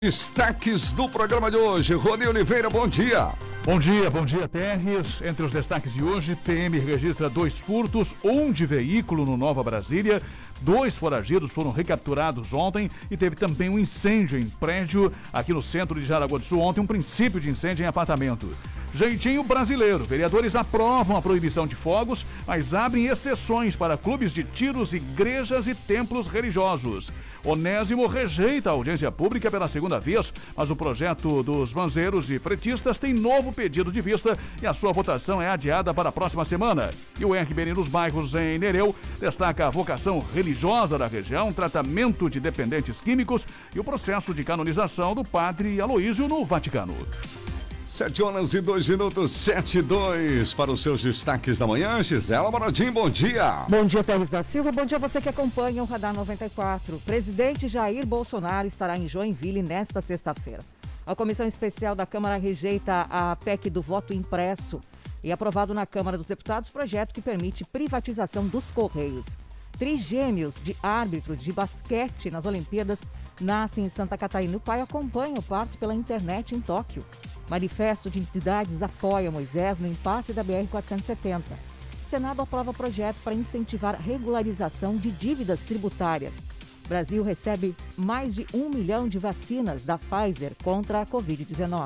Destaques do programa de hoje. Rony Oliveira, bom dia. Bom dia, Terres. Entre os destaques de hoje, PM registra 2 furtos, de veículo no Nova Brasília. 2 foragidos foram recapturados ontem e teve também um incêndio em prédio aqui no centro de Jaraguá do Sul. Ontem, um princípio de incêndio em apartamento. Jeitinho brasileiro. Vereadores aprovam a proibição de fogos, mas abrem exceções para clubes de tiros, igrejas e templos religiosos. Onésimo rejeita a audiência pública pela segunda vez, mas o projeto dos vanzeiros e fretistas tem novo pedido de vista e a sua votação é adiada para a próxima semana. E o RBN nos bairros em Nereu destaca a vocação religiosa da região, tratamento de dependentes químicos e o processo de canonização do padre Aloísio no Vaticano. 7h02, 7h02 para os seus destaques da manhã. Gisela Moradim, bom dia. Bom dia, Teres da Silva. Bom dia a você que acompanha o Radar 94. Presidente Jair Bolsonaro estará em Joinville nesta sexta-feira. A Comissão Especial da Câmara rejeita a PEC do voto impresso e aprovado na Câmara dos Deputados projeto que permite privatização dos Correios. Trigêmeos de árbitro de basquete nas Olimpíadas nascem em Santa Catarina. O pai acompanha o parto pela internet em Tóquio. Manifesto de entidades apoia Moisés no impasse da BR-470. Senado aprova projeto para incentivar regularização de dívidas tributárias. Brasil recebe mais de 1 milhão de vacinas da Pfizer contra a Covid-19.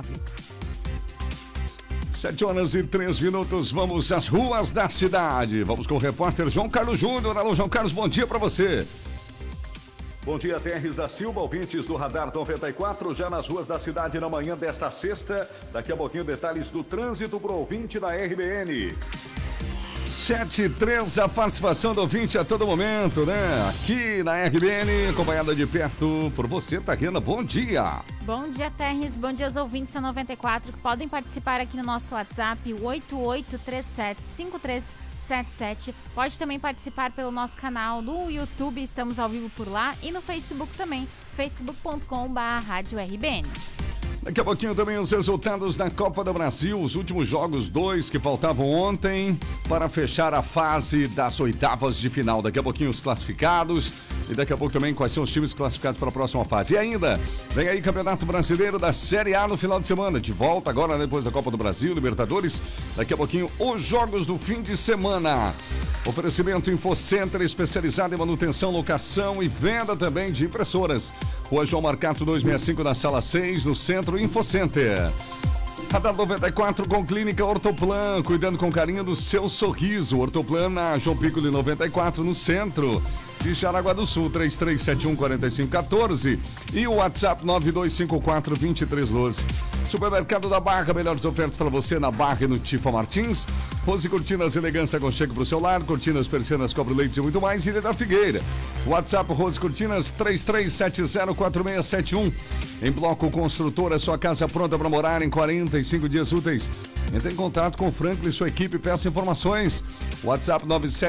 7h03, vamos às ruas da cidade. Vamos com o repórter João Carlos Júnior. Alô, João Carlos, bom dia para você. Bom dia, Terres da Silva, ouvintes do Radar 94, já nas ruas da cidade na manhã desta sexta. Daqui a pouquinho, detalhes do trânsito pro ouvinte da RBN. 7h03, a participação do ouvinte a todo momento, né? Aqui na RBN, acompanhada de perto por você, Tariana. Bom dia. Bom dia, Terres. Bom dia aos ouvintes da 94 que podem participar aqui no nosso WhatsApp, 88375377. Pode também participar pelo nosso canal no YouTube, estamos ao vivo por lá, e no Facebook também, facebook.com/RadioRBN. Daqui a pouquinho também os resultados da Copa do Brasil, os últimos jogos, 2 que faltavam ontem para fechar a fase das oitavas de final. Daqui a pouquinho os classificados e daqui a pouco também quais são os times classificados para a próxima fase. E ainda, vem aí Campeonato Brasileiro da Série A no final de semana. De volta agora depois da Copa do Brasil, Libertadores. Daqui a pouquinho os jogos do fim de semana. Oferecimento InfoCenter, especializado em manutenção, locação e venda também de impressoras. Rua João Marcato 265 na sala 6, no centro InfoCenter. Radar 94 com Clínica Ortoplan, cuidando com carinho do seu sorriso. Ortoplan na João Piccoli 94, no centro de Jaraguá do Sul, 3371-4514 e o WhatsApp 9254-2312. Supermercado da Barra, melhores ofertas para você na Barra e no Tifa Martins. Rose Cortinas, elegância, aconchego para o seu lar. Cortinas, persianas, cobre-leitos e muito mais. Ilha da Figueira. WhatsApp Rose Cortinas 33704671. Em Bloco Construtora, sua casa pronta para morar em 45 dias úteis. Entre em contato com o Franklin e sua equipe e peça informações. WhatsApp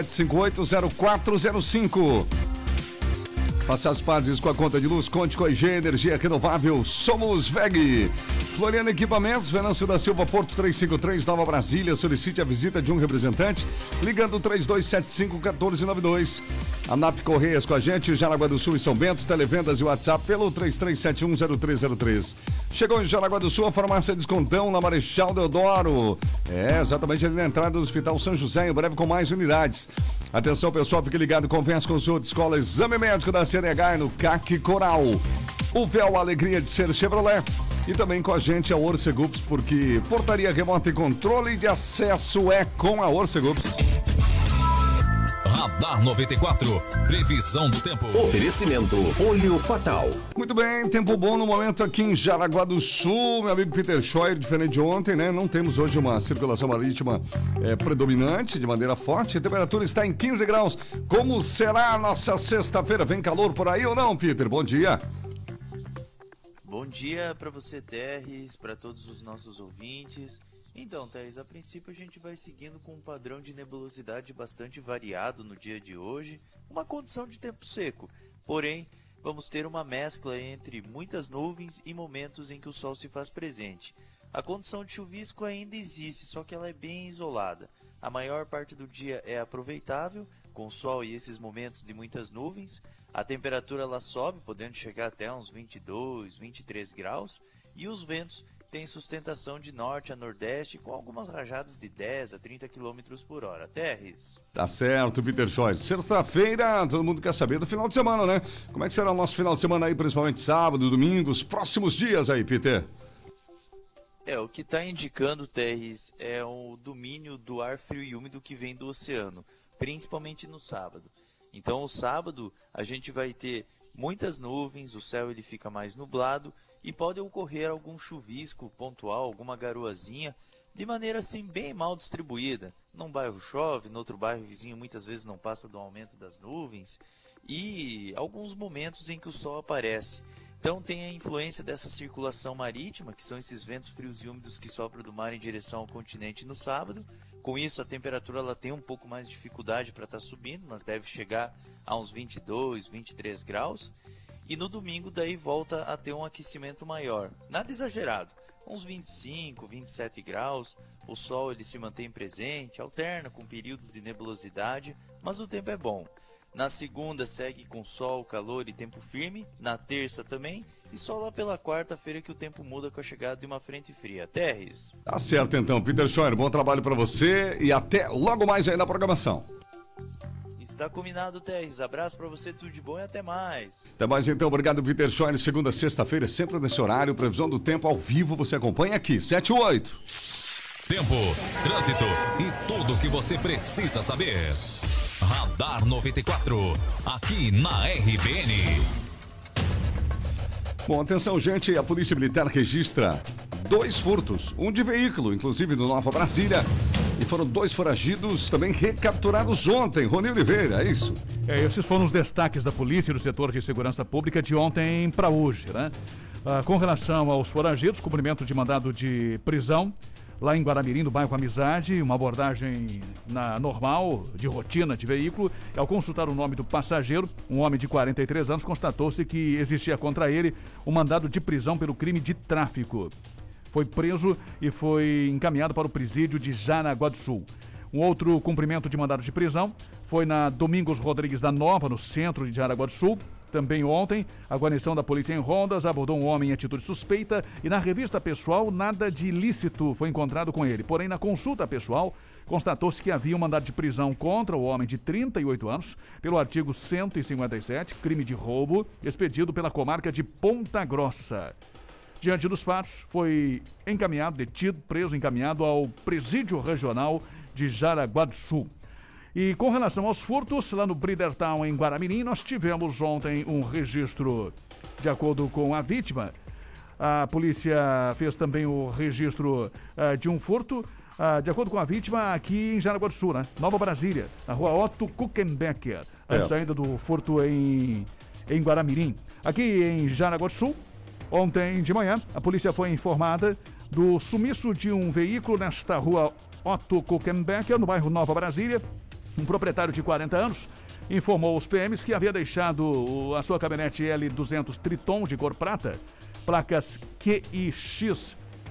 97580405. Faça as pazes com a conta de luz, conte com a IG Energia Renovável. Somos VEG. Floriano Equipamentos, Venâncio da Silva, Porto 353, Nova Brasília. Solicite a visita de um representante, ligando 3275-1492. A NAP Correias com a gente, Jaraguá do Sul e São Bento, televendas e WhatsApp pelo 33710303. Chegou em Jaraguá do Sul a farmácia Descontão, na Marechal Deodoro. Exatamente ali na entrada do Hospital São José, em breve com mais unidades. Atenção, pessoal, fique ligado, conversa com o senhor de escola, exame médico da CNH no CAC Coral. O véu, a alegria de ser Chevrolet. E também com a gente a Orcegups, porque portaria remota e controle de acesso é com a Orcegups. Radar 94, previsão do tempo. Oferecimento Olho Fatal. Muito bem, tempo bom no momento aqui em Jaraguá do Sul, meu amigo Peter Scheuer, diferente de ontem, né? Não temos hoje uma circulação marítima predominante, de maneira forte. A temperatura está em 15 graus. Como será a nossa sexta-feira? Vem calor por aí ou não, Peter? Bom dia. Bom dia para você, Terres, para todos os nossos ouvintes. Então, Terres, a princípio a gente vai seguindo com um padrão de nebulosidade bastante variado no dia de hoje, uma condição de tempo seco. Porém, vamos ter uma mescla entre muitas nuvens e momentos em que o sol se faz presente. A condição de chuvisco ainda existe, só que ela é bem isolada. A maior parte do dia é aproveitável, com sol e esses momentos de muitas nuvens, a temperatura ela sobe, podendo chegar até uns 22, 23 graus, e os ventos têm sustentação de norte a nordeste, com algumas rajadas de 10 a 30 km por hora. Terres. Tá certo, Peter Schois. Sexta-feira, todo mundo quer saber do final de semana, né? Como é que será o nosso final de semana aí, principalmente sábado, domingo, os próximos dias aí, Peter? O que está indicando, Terres, é o domínio do ar frio e úmido que vem do oceano, principalmente no sábado. Então, o sábado, a gente vai ter muitas nuvens, o céu ele fica mais nublado e pode ocorrer algum chuvisco pontual, alguma garoazinha, de maneira assim bem mal distribuída. Num bairro chove, no outro bairro vizinho muitas vezes não passa do aumento das nuvens e alguns momentos em que o sol aparece. Então tem a influência dessa circulação marítima, que são esses ventos frios e úmidos que sopram do mar em direção ao continente no sábado. Com isso a temperatura ela tem um pouco mais de dificuldade para estar subindo, mas deve chegar a uns 22, 23 graus. E no domingo daí volta a ter um aquecimento maior, nada exagerado, uns 25, 27 graus, o sol ele se mantém presente, alterna com períodos de nebulosidade, mas o tempo é bom. Na segunda segue com sol, calor e tempo firme, na terça também, e só lá pela quarta-feira que o tempo muda com a chegada de uma frente fria. Terres. Tá certo então, Peter Schoer, bom trabalho para você e até logo mais aí na programação. Está combinado, Terres. Abraço para você, tudo de bom e até mais. Até mais então, obrigado, Peter Schoer. Segunda, sexta-feira, sempre nesse horário, previsão do tempo ao vivo, você acompanha aqui, 7 e 8. Tempo, trânsito e tudo o que você precisa saber. Radar 94, aqui na RBN. Bom, atenção, gente, a Polícia Militar registra 2 furtos, um de veículo, inclusive no Nova Brasília, e foram 2 foragidos também recapturados ontem. Rony Oliveira, é isso? Esses foram os destaques da polícia e do setor de segurança pública de ontem para hoje, né? Com relação aos foragidos, cumprimento de mandado de prisão lá em Guaramirim, no bairro Amizade, uma abordagem normal, de rotina de veículo. Ao consultar o nome do passageiro, um homem de 43 anos, constatou-se que existia contra ele um mandado de prisão pelo crime de tráfico. Foi preso e foi encaminhado para o presídio de Jaraguá do Sul. Um outro cumprimento de mandado de prisão foi na Domingos Rodrigues da Nova, no centro de Jaraguá do Sul. Também ontem, a guarnição da polícia em Rondas abordou um homem em atitude suspeita e na revista pessoal nada de ilícito foi encontrado com ele. Porém, na consulta pessoal, constatou-se que havia um mandado de prisão contra o homem de 38 anos pelo artigo 157, crime de roubo, expedido pela comarca de Ponta Grossa. Diante dos fatos, foi detido, preso, encaminhado ao Presídio Regional de Jaraguá do Sul. E com relação aos furtos, lá no Bridertown, em Guaramirim, nós tivemos ontem um registro. De acordo com a vítima, a polícia fez também o registro de um furto, de acordo com a vítima, aqui em Jaraguá do Sul, né? Nova Brasília, na rua Otto Kuchenbecker, antes ainda do furto em Guaramirim. Aqui em Jaraguá do Sul, ontem de manhã, a polícia foi informada do sumiço de um veículo nesta rua Otto Kuchenbecker, no bairro Nova Brasília. Um proprietário de 40 anos informou aos PMs que havia deixado a sua caminhonete L200 Triton de cor prata, placas QIX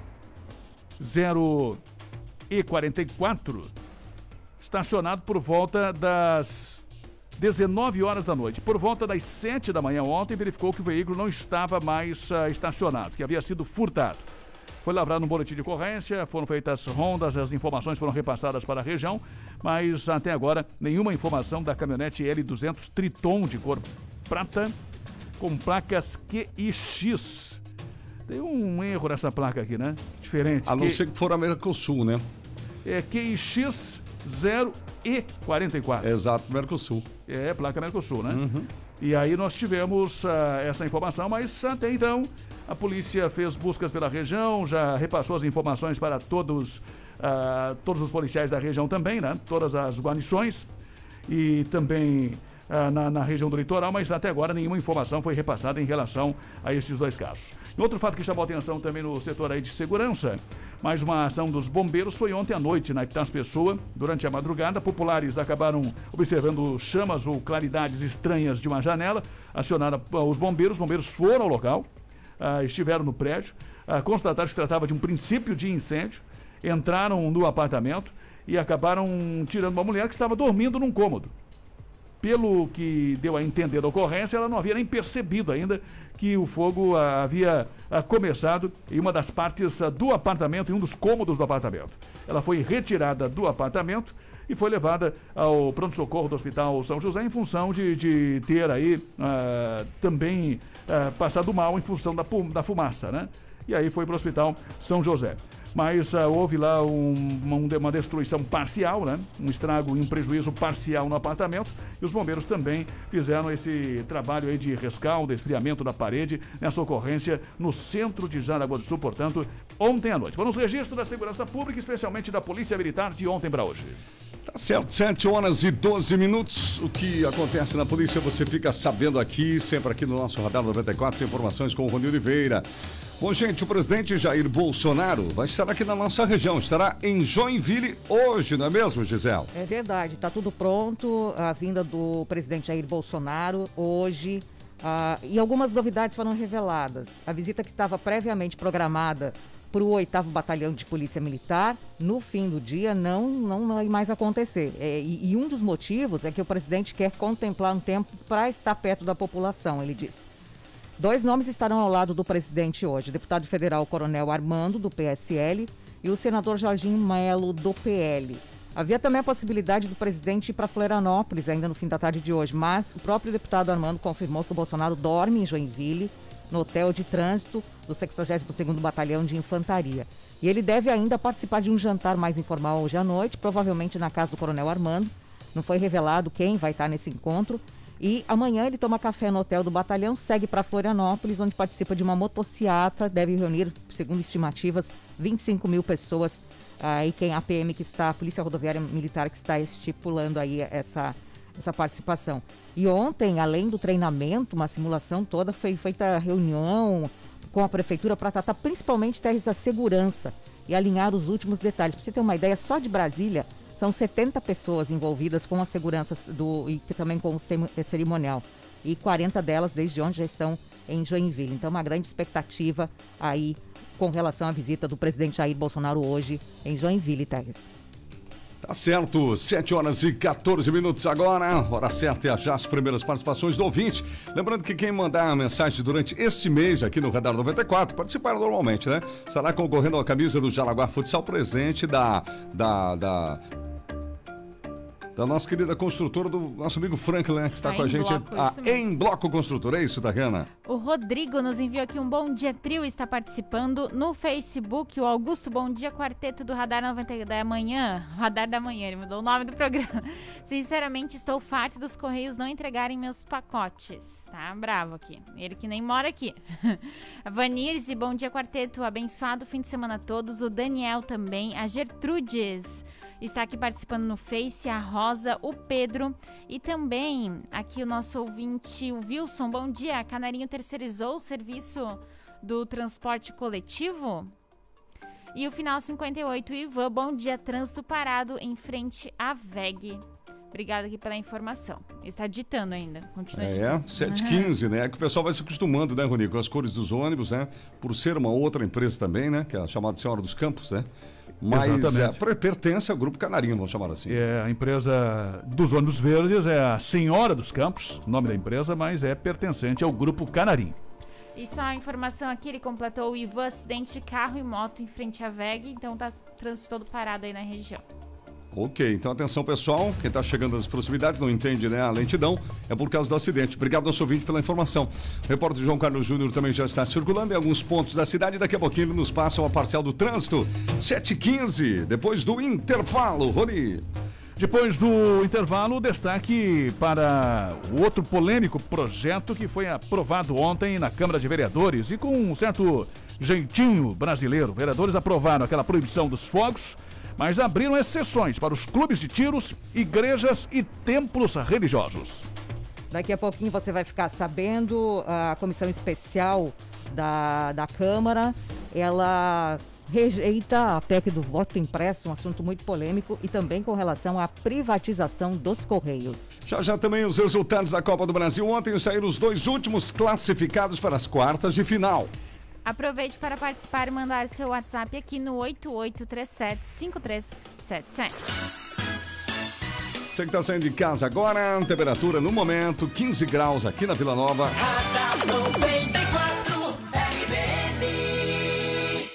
0E44, estacionado por volta das 19 horas da noite. Por volta das 7 da manhã ontem, verificou que o veículo não estava mais estacionado, que havia sido furtado. Foi lavrado um boletim de ocorrência, foram feitas rondas, as informações foram repassadas para a região, mas até agora nenhuma informação da caminhonete L200 Triton de cor prata com placas QIX. Tem um erro nessa placa aqui, né? Diferente. A não ser que for a Mercosul, né? É QIX 0E44. Exato, Mercosul. É, placa Mercosul, né? Uhum. E aí nós tivemos essa informação, mas até então a polícia fez buscas pela região, já repassou as informações para todos os policiais da região também, né? Todas as guarnições e também na região do litoral, mas até agora nenhuma informação foi repassada em relação a esses 2 casos. E outro fato que chamou a atenção também no setor aí de segurança, mais uma ação dos bombeiros foi ontem à noite na Epitácio Pessoa. Durante a madrugada, populares acabaram observando chamas ou claridades estranhas de uma janela, acionaram os bombeiros foram ao local, estiveram no prédio, constataram que se tratava de um princípio de incêndio, entraram no apartamento e acabaram tirando uma mulher que estava dormindo num cômodo. pelo que deu a entender da ocorrência, ela não havia nem percebido ainda que o fogo havia começado em uma das partes do apartamento, em um dos cômodos do apartamento. Ela foi retirada do apartamento e foi levada ao pronto-socorro do Hospital São José em função de ter aí também passado mal em função da fumaça, né? E aí foi para o Hospital São José. Mas houve lá uma destruição parcial, né? Um estrago e um prejuízo parcial no apartamento. E os bombeiros também fizeram esse trabalho aí de rescaldo, esfriamento da parede, nessa ocorrência no centro de Jaraguá do Sul, portanto, ontem à noite. Foram os registros da Segurança Pública, especialmente da Polícia Militar, de ontem para hoje. Tá certo, 7 horas e 12 minutos. O que acontece na polícia você fica sabendo aqui, sempre aqui no nosso Radar 94, as informações com o Rony Oliveira. Bom, gente, o presidente Jair Bolsonaro vai estar aqui na nossa região, estará em Joinville hoje, não é mesmo, Gisele? É verdade, está tudo pronto, a vinda do presidente Jair Bolsonaro hoje, e algumas novidades foram reveladas. A visita que estava previamente programada para o 8º Batalhão de Polícia Militar, no fim do dia, não vai mais acontecer. E um dos motivos é que o presidente quer contemplar um tempo para estar perto da população, ele disse. 2 nomes estarão ao lado do presidente hoje, o deputado federal Coronel Armando, do PSL, e o senador Jorginho Melo, do PL. Havia também a possibilidade do presidente ir para Florianópolis ainda no fim da tarde de hoje, mas o próprio deputado Armando confirmou que o Bolsonaro dorme em Joinville, no hotel de trânsito do 62º Batalhão de Infantaria. E ele deve ainda participar de um jantar mais informal hoje à noite, provavelmente na casa do Coronel Armando. Não foi revelado quem vai estar nesse encontro. E amanhã ele toma café no hotel do batalhão, segue para Florianópolis, onde participa de uma motociata, deve reunir, segundo estimativas, 25 mil pessoas. E quem a PM que está, a Polícia Rodoviária Militar que está estipulando aí essa participação. E ontem, além do treinamento, uma simulação toda, foi feita reunião com a Prefeitura para tratar principalmente da segurança e alinhar os últimos detalhes. Para você ter uma ideia, só de Brasília, são 70 pessoas envolvidas com a segurança e também com o cerimonial. E 40 delas, desde ontem, já estão em Joinville. Então, uma grande expectativa aí com relação à visita do presidente Jair Bolsonaro hoje em Joinville, Teres. Tá certo, 7 horas e 14 minutos agora. Hora certa é já as primeiras participações do ouvinte. Lembrando que quem mandar a mensagem durante este mês aqui no Radar 94, participar normalmente, né? Estará concorrendo à camisa do Jaraguá Futsal, presente da nossa querida construtora, do nosso amigo Franklin, né, que está com a gente. Em Bloco Construtora, é isso, Tariana? O Rodrigo nos enviou aqui um bom dia trio, está participando no Facebook. O Augusto, bom dia, quarteto do Radar 90 da manhã. Radar da manhã, ele mudou o nome do programa. Sinceramente, estou farto dos Correios não entregarem meus pacotes. Tá bravo aqui. Ele que nem mora aqui. A Vanirze, bom dia, quarteto. Abençoado fim de semana a todos. O Daniel também. A Gertrudes está aqui participando no Face, a Rosa, o Pedro e também aqui o nosso ouvinte, o Wilson. Bom dia, a Canarinho terceirizou o serviço do transporte coletivo? E o final 58, Ivan, bom dia, trânsito parado em frente à VEG. Obrigada aqui pela informação. Ele está ditando ainda. Continua ditando. 7h15, né? É que o pessoal vai se acostumando, né, Rony, com as cores dos ônibus, né? Por ser uma outra empresa também, né? Que é a chamada Senhora dos Campos, né? Mas pertence ao Grupo Canarinho, vamos chamar assim. A empresa dos ônibus verdes é a Senhora dos Campos, nome da empresa, mas é pertencente ao Grupo Canarinho. E só a informação aqui, ele completou o Ivan, acidente de carro e moto em frente à VEG, então tá o trânsito todo parado aí na região. Ok, então atenção pessoal, quem está chegando nas proximidades não entende, né, a lentidão, é por causa do acidente. Obrigado, nosso ouvinte, pela informação. O repórter João Carlos Júnior também já está circulando em alguns pontos da cidade, daqui a pouquinho ele nos passa uma parcial do trânsito. 7h15, depois do intervalo, Rony. Depois do intervalo, destaque para o outro polêmico projeto que foi aprovado ontem na Câmara de Vereadores e com um certo jeitinho brasileiro. Vereadores aprovaram aquela proibição dos fogos, mas abriram exceções para os clubes de tiros, igrejas e templos religiosos. Daqui a pouquinho você vai ficar sabendo, a comissão especial da Câmara, ela rejeita a PEC do voto impresso, um assunto muito polêmico, e também com relação à privatização dos Correios. Já também os resultados da Copa do Brasil. Ontem saíram os 2 últimos classificados para as quartas de final. Aproveite para participar e mandar seu WhatsApp aqui no 8837-5377. Você que está saindo de casa agora, temperatura no momento 15 graus aqui na Vila Nova. Radar 94 RBN.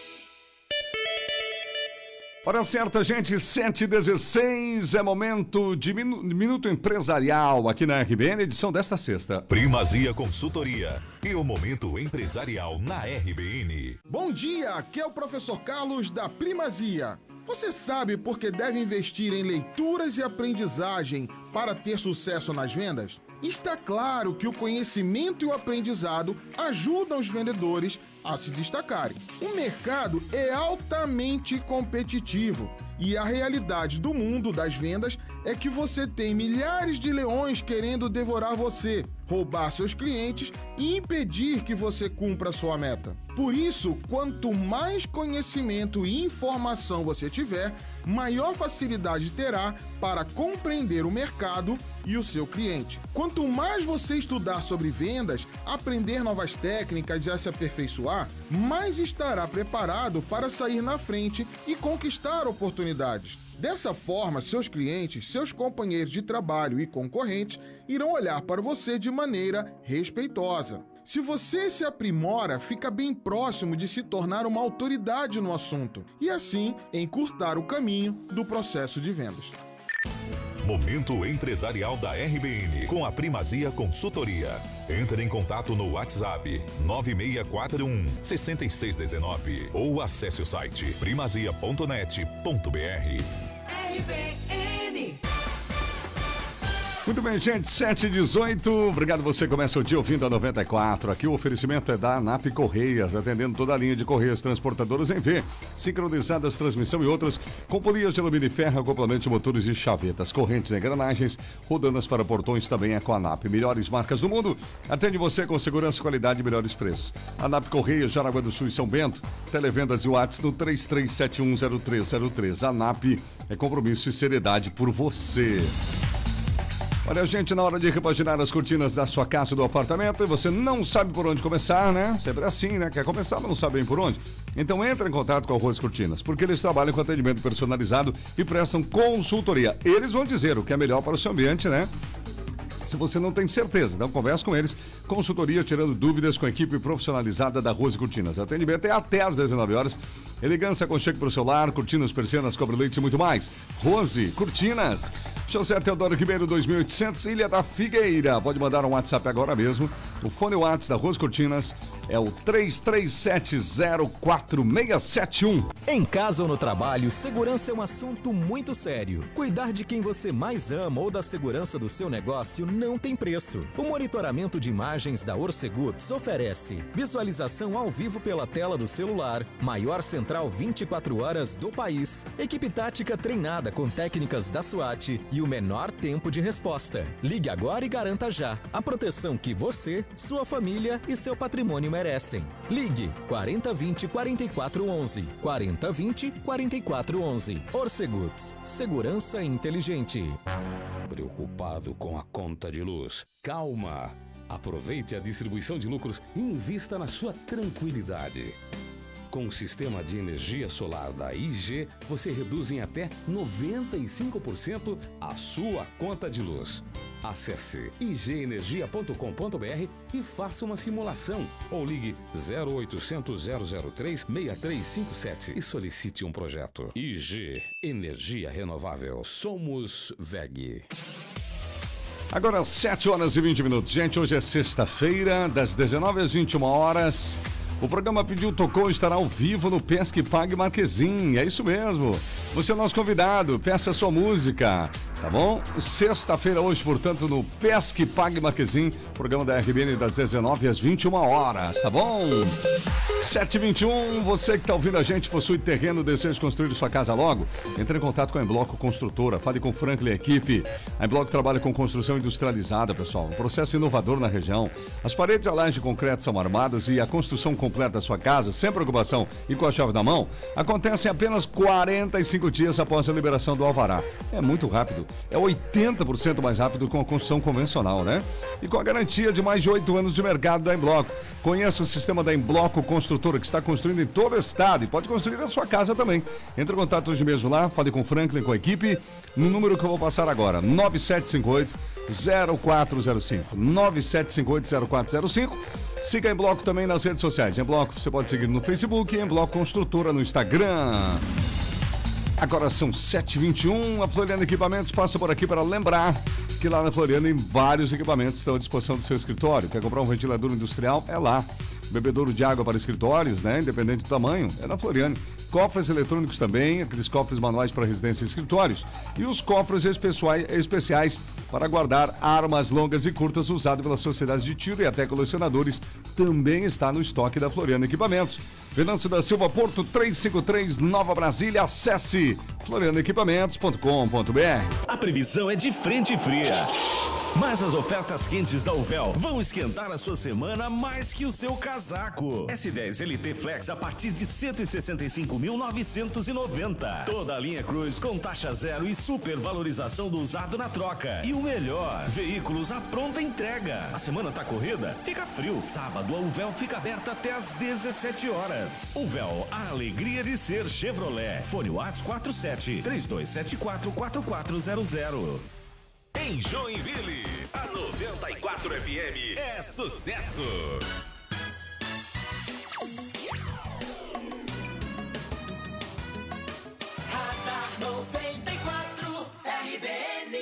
Hora certa, gente, 7h16, é momento de Minuto Empresarial aqui na RBN, edição desta sexta. Primazia Consultoria e o Momento Empresarial na RBN. Bom dia, aqui é o professor Carlos da Primazia. Você sabe por que deve investir em leituras e aprendizagem para ter sucesso nas vendas? Está claro que o conhecimento e o aprendizado ajudam os vendedores a se destacarem. O mercado é altamente competitivo e a realidade do mundo das vendas é que você tem milhares de leões querendo devorar você, roubar seus clientes e impedir que você cumpra sua meta. Por isso, quanto mais conhecimento e informação você tiver, maior facilidade terá para compreender o mercado e o seu cliente. Quanto mais você estudar sobre vendas, aprender novas técnicas e se aperfeiçoar, mais estará preparado para sair na frente e conquistar oportunidades. Dessa forma, seus clientes, seus companheiros de trabalho e concorrentes irão olhar para você de maneira respeitosa. Se você se aprimora, fica bem próximo de se tornar uma autoridade no assunto e, assim, encurtar o caminho do processo de vendas. Momento Empresarial da RBN com a Primazia Consultoria. Entre em contato no WhatsApp 9641-6619 ou acesse o site primazia.net.br. RBN. Muito bem, gente, 7h18, obrigado você que começa o dia ouvindo a 94. Aqui o oferecimento é da ANAP Correias, atendendo toda a linha de correias transportadoras em V, sincronizadas, transmissão e outras, com polias de alumínio e ferro, acoplamento de motores e chavetas, correntes e engrenagens, rodanas para portões também é com a ANAP. Melhores marcas do mundo, atende você com segurança, qualidade e melhores preços. ANAP Correias, Jaraguá do Sul e São Bento, televendas e WhatsApp no 33710303. ANAP é compromisso e seriedade por você. Olha, gente, na hora de repaginar as cortinas da sua casa ou do apartamento e você não sabe por onde começar, né? Sempre assim, né? Quer começar, mas não sabe bem por onde? Então entra em contato com a Rose Cortinas, porque eles trabalham com atendimento personalizado e prestam consultoria. Eles vão dizer o que é melhor para o seu ambiente, né? Se você não tem certeza, então converse com eles. Consultoria, tirando dúvidas com a equipe profissionalizada da Rose Cortinas. Atendimento é até às 19 horas. Elegância, aconchego para o seu lar, cortinas, persianas, cobre-leite e muito mais. Rose Cortinas. José Teodoro Ribeiro, 2800, Ilha da Figueira. Pode mandar um WhatsApp agora mesmo. O fone WhatsApp da Rose Cortinas é o 33704671. Em casa ou no trabalho, segurança é um assunto muito sério. Cuidar de quem você mais ama ou da segurança do seu negócio não tem preço. O monitoramento de imagens da Orcegups oferece visualização ao vivo pela tela do celular, maior central 24 horas do país, equipe tática treinada com técnicas da SWAT e o menor tempo de resposta. Ligue agora e garanta já a proteção que você, sua família e seu patrimônio merecem. Ligue 4020-4411. 4020-4411. Orcegups. Segurança inteligente. Preocupado com a conta de luz? Calma! Aproveite a distribuição de lucros e invista na sua tranquilidade. Com o sistema de energia solar da IG, você reduz em até 95% a sua conta de luz. Acesse igenergia.com.br e faça uma simulação ou ligue 0800 003 6357 e solicite um projeto. IG Energia Renovável. Somos VEG. Agora 7h20. Gente, hoje é sexta-feira, das 19 às 21 horas. O programa Pediu Tocou estará ao vivo no Pesque Pague Marquezim. É isso mesmo. Você é nosso convidado. Peça sua música. Tá bom? Sexta-feira hoje, portanto, no Pesque Pague Marquezim. Programa da RBN das 19 às 21 horas. Tá bom? 7h21. Você que está ouvindo a gente, possui terreno, deseja construir sua casa logo? Entre em contato com a Embloco Construtora. Fale com Franklin e equipe. A Embloco trabalha com construção industrializada, pessoal. Um processo inovador na região. As paredes e a laje de concreto são armadas e a construção completa da sua casa, sem preocupação e com a chave na mão, acontece em apenas 45 dias após a liberação do alvará. É muito rápido. é 80% mais rápido com a construção convencional, né? E com a garantia de mais de 8 anos de mercado da Embloco. Conheça o sistema da Embloco Construtora, que está construindo em todo o estado e pode construir a sua casa também. Entre em contato hoje mesmo lá, fale com o Franklin, com a equipe, no número que eu vou passar agora, 9758-0405. 9758-0405. Siga a Embloco também nas redes sociais. Embloco você pode seguir no Facebook e Embloco Construtora no Instagram. Agora são 7h21, a Floriano Equipamentos passa por aqui para lembrar que lá na Floriano vários equipamentos estão à disposição do seu escritório. Quer comprar um ventilador industrial? É lá. Bebedouro de água para escritórios, né? Independente do tamanho, é na Floriano. Cofres eletrônicos também, aqueles cofres manuais para residência e escritórios. E os cofres especiais para guardar armas longas e curtas usadas pelas sociedades de tiro e até colecionadores também está no estoque da Floriano Equipamentos. Venâncio da Silva Porto 353, Nova Brasília. Acesse florianoequipamentos.com.br. A previsão é de frente fria, mas as ofertas quentes da Uvel vão esquentar a sua semana mais que o seu casaco. S10 LT Flex a partir de 165.990. Toda a linha Cruz com taxa zero e supervalorização do usado na troca. E o melhor, veículos à pronta entrega. A semana tá corrida? Fica frio. Sábado a Uvel fica aberta até às 17 horas. Uvel, a alegria de ser Chevrolet. Fone WhatsApp 47-3274-4400. Em Joinville, a 94 FM é sucesso. Radar 94 RBN.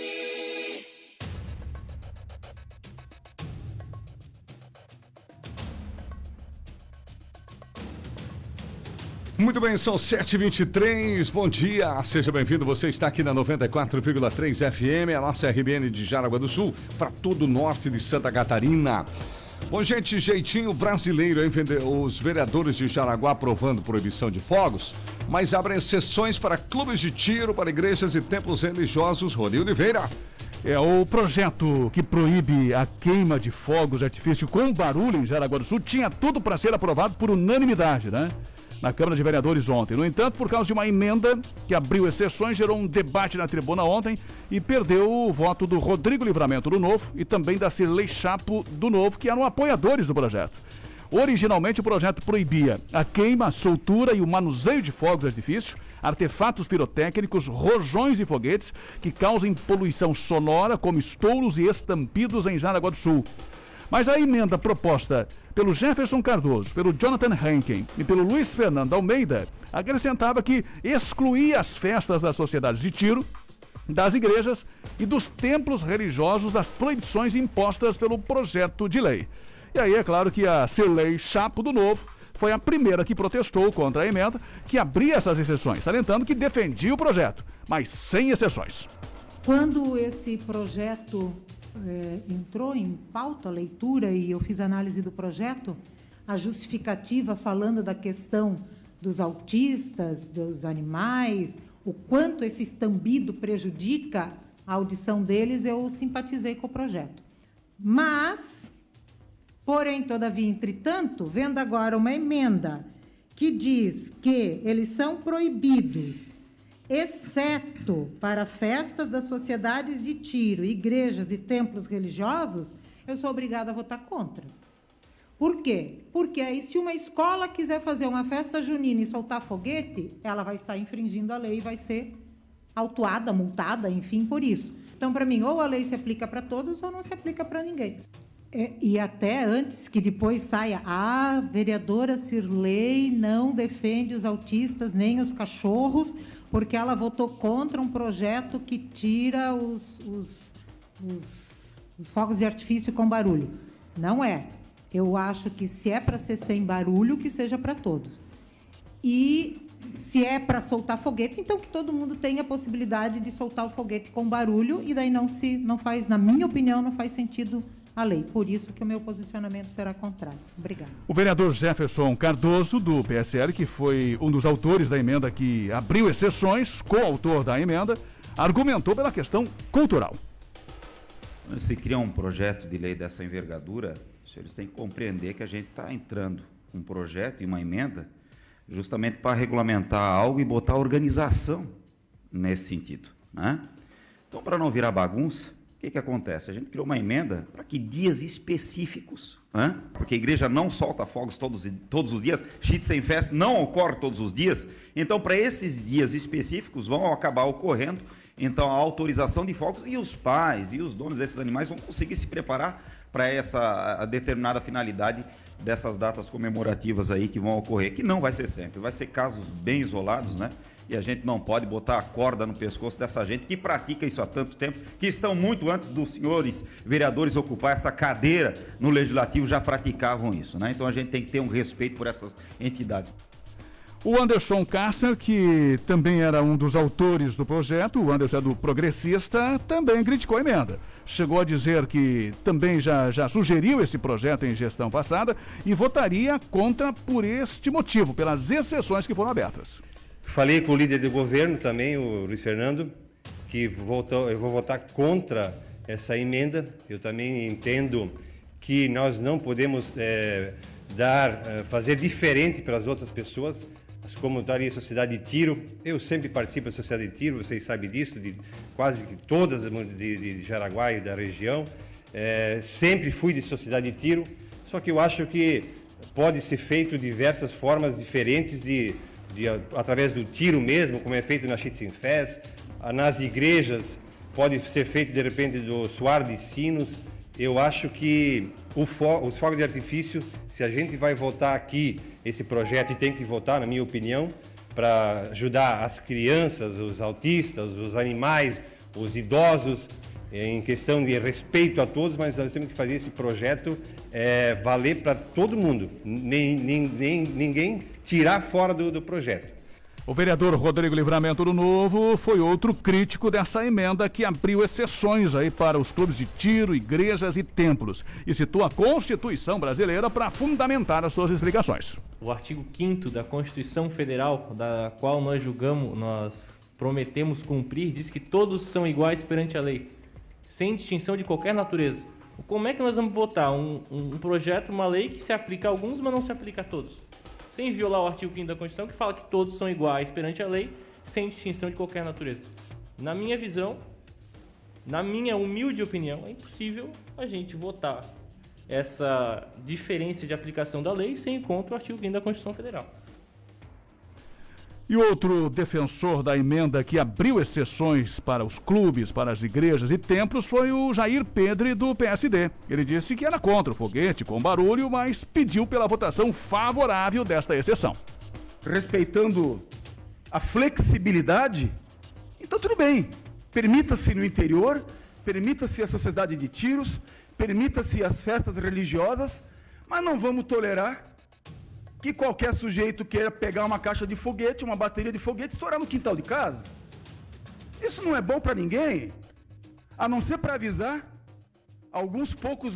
Muito bem, são 7h23, bom dia, seja bem-vindo, você está aqui na 94,3 FM, a nossa RBN de Jaraguá do Sul, para todo o norte de Santa Catarina. Bom, gente, jeitinho brasileiro, hein? Os vereadores de Jaraguá aprovando proibição de fogos, mas abrem exceções para clubes de tiro, para igrejas e templos religiosos. Rony Oliveira. É o projeto que proíbe a queima de fogos de artifício com barulho em Jaraguá do Sul tinha tudo para ser aprovado por unanimidade, né? Na Câmara de Vereadores ontem. No entanto, por causa de uma emenda que abriu exceções, gerou um debate na tribuna ontem e perdeu o voto do Rodrigo Livramento do Novo e também da Cirlei Chapo do Novo, que eram apoiadores do projeto. Originalmente, o projeto proibia a queima, a soltura e o manuseio de fogos de artifício, artefatos pirotécnicos, rojões e foguetes que causem poluição sonora, como estouros e estampidos em Jaraguá do Sul. Mas a emenda proposta pelo Jefferson Cardoso, pelo Jonathan Henken e pelo Luiz Fernando Almeida acrescentava que excluía as festas das sociedades de tiro, das igrejas e dos templos religiosos das proibições impostas pelo projeto de lei. E aí é claro que a Cirlei Chapo do Novo foi a primeira que protestou contra a emenda que abria essas exceções, salientando que defendia o projeto, mas sem exceções. Quando esse projeto entrou em pauta, leitura, e eu fiz análise do projeto, a justificativa falando da questão dos autistas, dos animais, o quanto esse estambido prejudica a audição deles, eu simpatizei com o projeto. Mas, porém, todavia, entretanto, vendo agora uma emenda que diz que eles são proibidos, exceto para festas das sociedades de tiro, igrejas e templos religiosos, eu sou obrigada a votar contra. Por quê? Porque aí, se uma escola quiser fazer uma festa junina e soltar foguete, ela vai estar infringindo a lei e vai ser autuada, multada, enfim, por isso. Então, para mim, ou a lei se aplica para todos ou não se aplica para ninguém. E até antes que depois saia, a vereadora Cirlei não defende os autistas nem os cachorros, porque ela votou contra um projeto que tira os fogos de artifício com barulho. Não é. Eu acho que se é para ser sem barulho, que seja para todos. E se é para soltar foguete, então que todo mundo tenha a possibilidade de soltar o foguete com barulho, e daí não faz, na minha opinião, não faz sentido a lei. Por isso que o meu posicionamento será contrário. Obrigada. O vereador Jefferson Cardoso, do PSL, que foi um dos autores da emenda que abriu exceções, coautor da emenda, argumentou pela questão cultural. Quando se cria um projeto de lei dessa envergadura, os senhores têm que compreender que a gente está entrando com um projeto e uma emenda justamente para regulamentar algo e botar organização nesse sentido, né? Então, para não virar bagunça, o que acontece? A gente criou uma emenda para que dias específicos, né? Porque a igreja não solta fogos todos os dias, Schützenfest não ocorre todos os dias, então para esses dias específicos vão acabar ocorrendo então a autorização de fogos e os pais e os donos desses animais vão conseguir se preparar para essa determinada finalidade dessas datas comemorativas aí que vão ocorrer, que não vai ser sempre, vai ser casos bem isolados, né? E a gente não pode botar a corda no pescoço dessa gente que pratica isso há tanto tempo, que estão muito antes dos senhores vereadores ocupar essa cadeira no Legislativo, já praticavam isso, né? Então a gente tem que ter um respeito por essas entidades. O Anderson Kasser, que também era um dos autores do projeto, o Anderson é do Progressista, também criticou a emenda. Chegou a dizer que também já sugeriu esse projeto em gestão passada e votaria contra por este motivo, pelas exceções que foram abertas. Falei com o líder do governo também, o Luiz Fernando, que eu vou votar contra essa emenda. Eu também entendo que nós não podemos fazer diferente para as outras pessoas. Como estaria a Sociedade de Tiro, eu sempre participo da Sociedade de Tiro, vocês sabem disso, de quase que todas de Jaraguá e da região. Sempre fui de Sociedade de Tiro, só que eu acho que pode ser feito de diversas formas diferentes através do tiro mesmo, como é feito na Schützenfest, nas igrejas, pode ser feito de repente do soar de sinos. Eu acho que os fogos de artifício, se a gente vai votar aqui esse projeto, e tem que votar, na minha opinião, para ajudar as crianças, os autistas, os animais, os idosos, em questão de respeito a todos, mas nós temos que fazer esse projeto valer para todo mundo, ninguém tirar fora do projeto. O vereador Rodrigo Livramento do Novo foi outro crítico dessa emenda que abriu exceções aí para os clubes de tiro, igrejas e templos e citou a Constituição brasileira para fundamentar as suas explicações. O artigo 5º da Constituição Federal, da qual nós prometemos cumprir, diz que todos são iguais perante a lei, sem distinção de qualquer natureza. Como é que nós vamos votar um projeto, uma lei que se aplica a alguns, mas não se aplica a todos? Sem violar o artigo 5º da Constituição, que fala que todos são iguais perante a lei, sem distinção de qualquer natureza. Na minha visão, na minha humilde opinião, é impossível a gente votar essa diferença de aplicação da lei sem ir contra o artigo 5º da Constituição Federal. E outro defensor da emenda que abriu exceções para os clubes, para as igrejas e templos foi o Jair Pedre, do PSD. Ele disse que era contra o foguete com barulho, mas pediu pela votação favorável desta exceção. Respeitando a flexibilidade, então tudo bem. Permita-se no interior, permita-se a sociedade de tiros, permita-se as festas religiosas, mas não vamos tolerar que qualquer sujeito queira pegar uma caixa de foguete, uma bateria de foguete e estourar no quintal de casa. Isso não é bom para ninguém, a não ser para avisar alguns poucos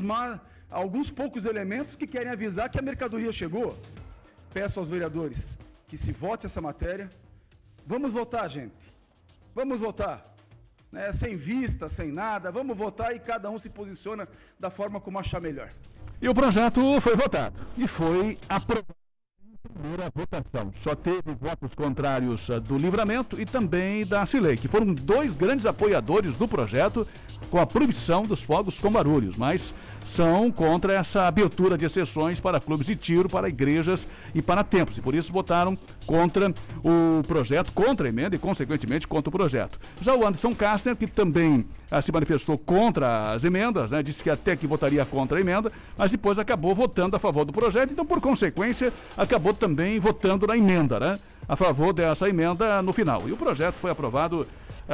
elementos que querem avisar que a mercadoria chegou. Peço aos vereadores que se vote essa matéria. Vamos votar, gente. Vamos votar. Sem vista, sem nada. Vamos votar e cada um se posiciona da forma como achar melhor. E o projeto foi votado e foi aprovado. Primeira votação. Só teve votos contrários do Livramento e também da Cilei, que foram dois grandes apoiadores do projeto com a proibição dos fogos com barulhos, mas são contra essa abertura de exceções para clubes de tiro, para igrejas e para templos, e por isso votaram contra o projeto, contra a emenda e, consequentemente, contra o projeto. Já o Anderson Kasser, que também se manifestou contra as emendas, disse que até que votaria contra a emenda, mas depois acabou votando a favor do projeto, então, por consequência, acabou também votando na emenda, a favor dessa emenda no final. E o projeto foi aprovado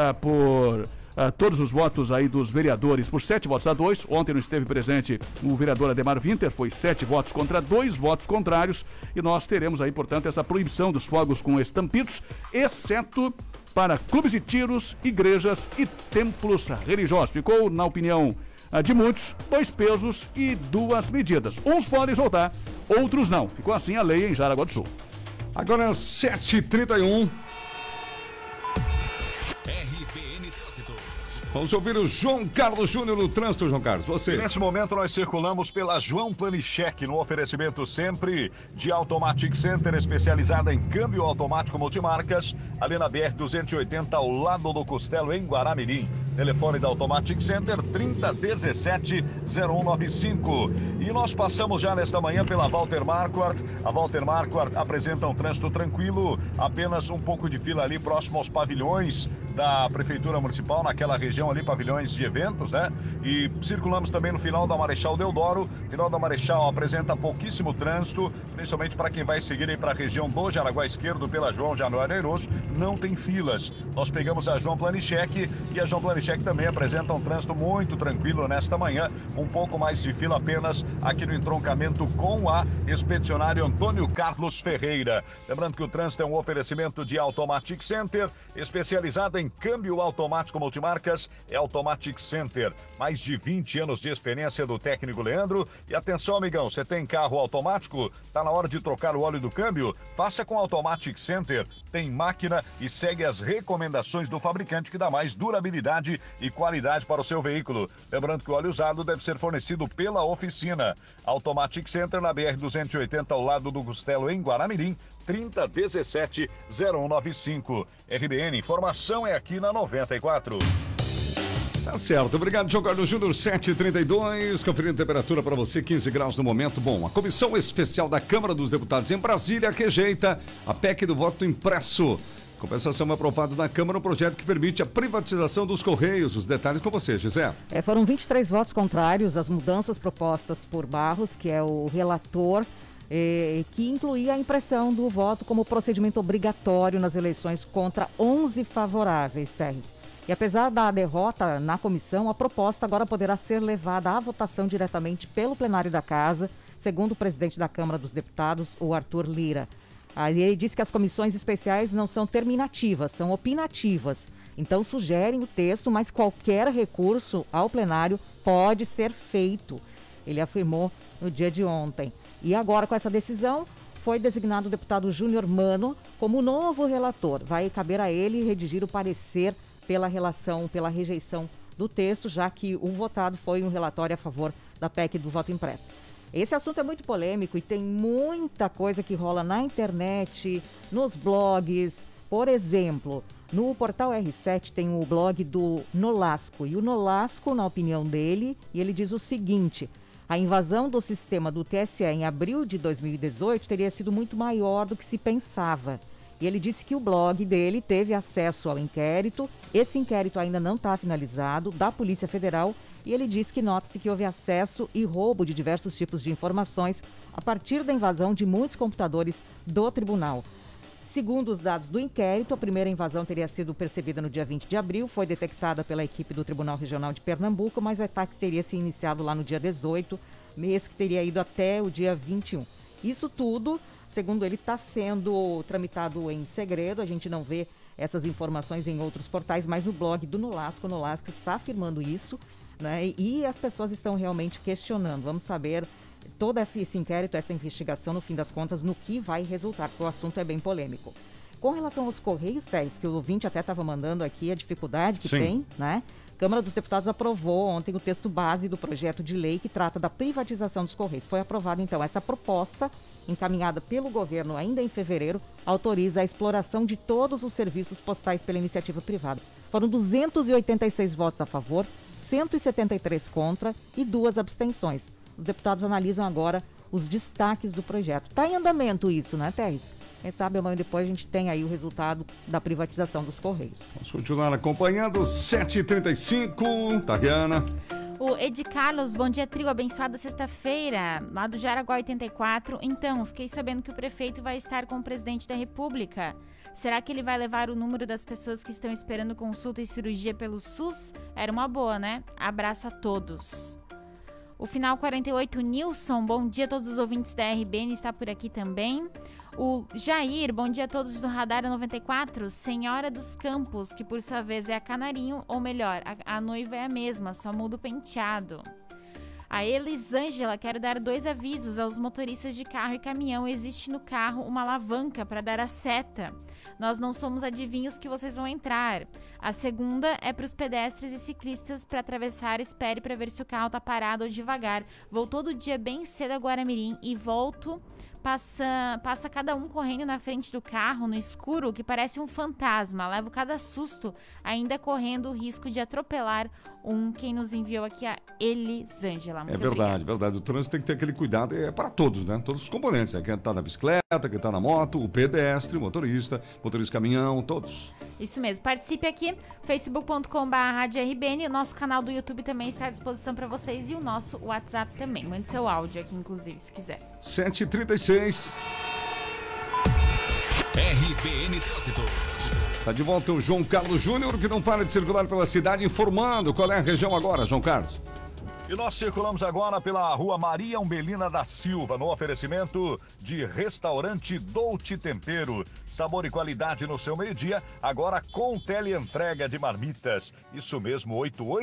por todos os votos aí dos vereadores, por 7 votos a 2. Ontem não esteve presente o vereador Ademar Winter, foi 7 votos contra 2 votos contrários, e nós teremos aí, portanto, essa proibição dos fogos com estampidos, exceto para clubes de tiros, igrejas e templos religiosos. Ficou, na opinião de muitos, 2 pesos e 2 medidas. Uns podem soltar, outros não. Ficou assim a lei em Jaraguá do Sul. Agora 7h31. Vamos ouvir o João Carlos Júnior no trânsito. João Carlos, você. Nesse momento nós circulamos pela João Planicheck, no oferecimento sempre de Automatic Center, especializada em câmbio automático multimarcas, ali na BR-280, ao lado do Costelo, em Guaramirim. Telefone da Automatic Center 3017-0195. E nós passamos já nesta manhã pela Walter Marquardt. A Walter Marquardt apresenta um trânsito tranquilo, apenas um pouco de fila ali próximo aos pavilhões da Prefeitura Municipal, naquela região ali, pavilhões de eventos, né? E circulamos também no final da Marechal Deodoro. Final da Marechal apresenta pouquíssimo trânsito, principalmente para quem vai seguir aí para a região do Jaraguá Esquerdo pela João Januário Airoso, não tem filas. Nós pegamos a João Planichek e a João Planichek também apresenta um trânsito muito tranquilo nesta manhã, um pouco mais de fila apenas aqui no entroncamento com a Expedicionário Antônio Carlos Ferreira. Lembrando que o trânsito é um oferecimento de Automatic Center, especializada em câmbio automático multimarcas, é Automatic Center. Mais de 20 anos de experiência do técnico Leandro. E atenção, amigão, você tem carro automático? Tá na hora de trocar o óleo do câmbio? Faça com Automatic Center. Tem máquina e segue as recomendações do fabricante, que dá mais durabilidade e qualidade para o seu veículo. Lembrando que o óleo usado deve ser fornecido pela oficina. Automatic Center na BR-280 ao lado do Costelo, em Guaramirim, 3017-0195. RBN, informação é aqui na 94. Tá certo, obrigado, João Carlos Júnior, 7h32, conferindo temperatura para você, 15 graus no momento. Bom, a Comissão Especial da Câmara dos Deputados em Brasília rejeita a PEC do voto impresso. Compensação aprovada na Câmara, um projeto que permite a privatização dos Correios. Os detalhes com você, Gisele. Foram 23 votos contrários às mudanças propostas por Barros, que é o relator, que incluía a impressão do voto como procedimento obrigatório nas eleições, contra 11 favoráveis, Terres. E apesar da derrota na comissão, a proposta agora poderá ser levada à votação diretamente pelo plenário da Casa, segundo o presidente da Câmara dos Deputados, o Arthur Lira. Aí ele disse que as comissões especiais não são terminativas, são opinativas. Então sugerem o texto, mas qualquer recurso ao plenário pode ser feito. Ele afirmou no dia de ontem. E agora, com essa decisão, foi designado o deputado Júnior Mano como novo relator. Vai caber a ele redigir o parecer pela rejeição do texto, já que o votado foi um relatório a favor da PEC do voto impresso. Esse assunto é muito polêmico e tem muita coisa que rola na internet, nos blogs. Por exemplo, no portal R7 tem o blog do Nolasco. E o Nolasco, na opinião dele, ele diz o seguinte: a invasão do sistema do TSE em abril de 2018 teria sido muito maior do que se pensava. E ele disse que o blog dele teve acesso ao inquérito. Esse inquérito ainda não está finalizado, da Polícia Federal. E ele disse que nota-se que houve acesso e roubo de diversos tipos de informações a partir da invasão de muitos computadores do tribunal. Segundo os dados do inquérito, a primeira invasão teria sido percebida no dia 20 de abril, foi detectada pela equipe do Tribunal Regional de Pernambuco, mas o ataque teria se iniciado lá no dia 18, mês que teria ido até o dia 21. Isso tudo, segundo ele, está sendo tramitado em segredo, a gente não vê essas informações em outros portais, mas o blog do Nolasco está afirmando isso, né? E as pessoas estão realmente questionando. Vamos saber todo esse inquérito, essa investigação, no fim das contas, no que vai resultar, porque o assunto é bem polêmico. Com relação aos Correios, Tércio, que o ouvinte até estava mandando aqui a dificuldade que tem, né? A Câmara dos Deputados aprovou ontem o texto base do projeto de lei que trata da privatização dos Correios. Foi aprovada, então, essa proposta, encaminhada pelo governo ainda em fevereiro, autoriza a exploração de todos os serviços postais pela iniciativa privada. Foram 286 votos a favor, 173 contra e 2 abstenções. Os deputados analisam agora os destaques do projeto. Está em andamento isso, né, Tércio? Quem sabe amanhã depois a gente tem aí o resultado da privatização dos Correios. Vamos continuar acompanhando, 7h35, Tariana. O Ed Carlos, bom dia, trio, abençoada sexta-feira, lá do Jaraguá 84. Então, fiquei sabendo que o prefeito vai estar com o presidente da República. Será que ele vai levar o número das pessoas que estão esperando consulta e cirurgia pelo SUS? Era uma boa, né? Abraço a todos. O final 48, Nilson, bom dia a todos os ouvintes da RBN, está por aqui também. O Jair, bom dia a todos do Radar 94, Senhora dos Campos, que por sua vez é a Canarinho, ou melhor, a noiva é a mesma, só muda o penteado. A Elisângela, quero dar 2 avisos aos motoristas de carro e caminhão. Existe no carro uma alavanca para dar a seta. Nós não somos adivinhos que vocês vão entrar. A segunda é para os pedestres e ciclistas para atravessar. Espere para ver se o carro está parado ou devagar. Vou todo dia bem cedo a Guaramirim e volto passa cada um correndo na frente do carro, no escuro, que parece um fantasma. Levo cada susto, ainda correndo o risco de atropelar quem nos enviou aqui, a Elisângela. Muito verdade. O trânsito tem que ter aquele cuidado, para todos, né? Todos os componentes, né? Quem tá na bicicleta, quem tá na moto, o pedestre, o motorista caminhão, todos. Isso mesmo. Participe aqui, facebook.com/RBN. O nosso canal do YouTube também está à disposição para vocês e o nosso WhatsApp também. Mande seu áudio aqui, inclusive, se quiser. 7h36. RBN Trânsito. Tá de volta o João Carlos Júnior, que não para de circular pela cidade, informando qual é a região agora, João Carlos. E nós circulamos agora pela rua Maria Umbelina da Silva, no oferecimento de restaurante Dolce Tempero. Sabor e qualidade no seu meio-dia, agora com teleentrega de marmitas. Isso mesmo,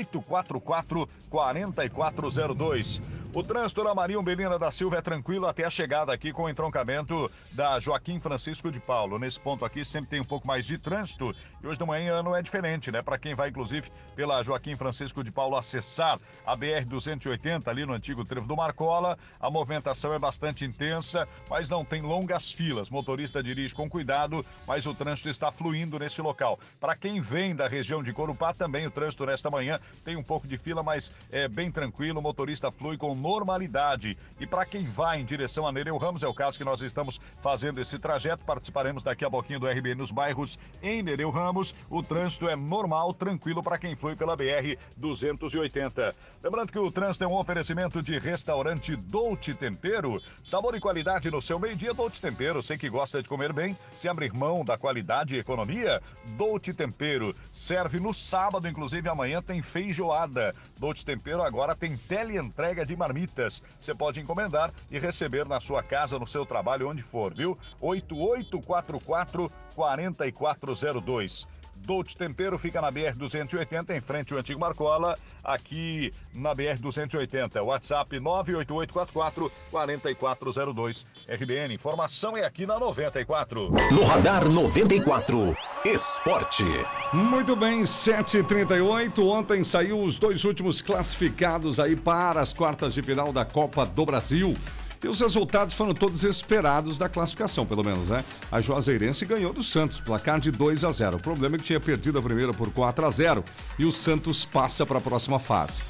8844-4402. O trânsito na Maria Umbelina da Silva é tranquilo até a chegada aqui com o entroncamento da Joaquim Francisco de Paulo. Nesse ponto aqui sempre tem um pouco mais de trânsito e hoje de manhã não é diferente, né? Para quem vai, inclusive, pela Joaquim Francisco de Paulo acessar a BR-280 ali no antigo trevo do Marcola, a movimentação é bastante intensa, mas não tem longas filas. Motorista dirige com cuidado, mas o trânsito está fluindo nesse local. Para quem vem da região de Corupá, também o trânsito nesta manhã tem um pouco de fila, mas é bem tranquilo, o motorista flui com normalidade. E para quem vai em direção a Nereu Ramos, é o caso que nós estamos fazendo esse trajeto, participaremos daqui a pouquinho do RBN nos bairros em Nereu Ramos. O trânsito é normal, tranquilo para quem flui pela BR-280. Lembrando que o trânsito é um oferecimento de restaurante Dolce Tempero, sabor e qualidade no seu meio-dia. Dolce Tempero, sei que gosta de comer bem, se abrir mão da qualidade e economia, Dolce Tempero serve no sábado, inclusive amanhã tem feijoada. Dolce Tempero agora tem teleentrega de marmitas. Você pode encomendar e receber na sua casa, no seu trabalho, onde for, viu? 8844-4402. Dolce Tempero fica na BR-280, em frente ao antigo Marcola, aqui na BR-280. WhatsApp 98844-4402. RBN, informação é aqui na 94. No Radar 94, Esporte. Muito bem, 7h38. Ontem saiu os dois últimos classificados aí para as quartas de final da Copa do Brasil. E os resultados foram todos esperados da classificação, pelo menos, né? A Juazeirense ganhou do Santos, placar de 2-0. O problema é que tinha perdido a primeira por 4-0 e o Santos passa para a próxima fase.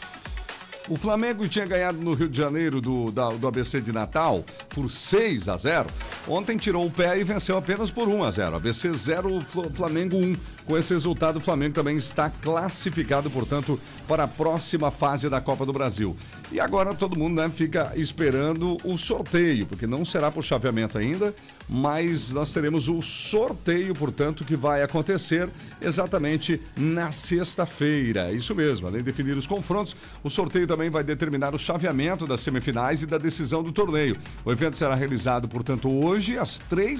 O Flamengo tinha ganhado no Rio de Janeiro do ABC de Natal por 6-0. Ontem tirou o pé e venceu apenas por 1-0. ABC 0, Flamengo 1. Com esse resultado, o Flamengo também está classificado, portanto, para a próxima fase da Copa do Brasil. E agora todo mundo, né, fica esperando o sorteio, porque não será por chaveamento ainda, mas nós teremos o sorteio, portanto, que vai acontecer exatamente na sexta-feira. Isso mesmo, além de definir os confrontos, o sorteio também vai determinar o chaveamento das semifinais e da decisão do torneio. O evento será realizado, portanto, hoje, às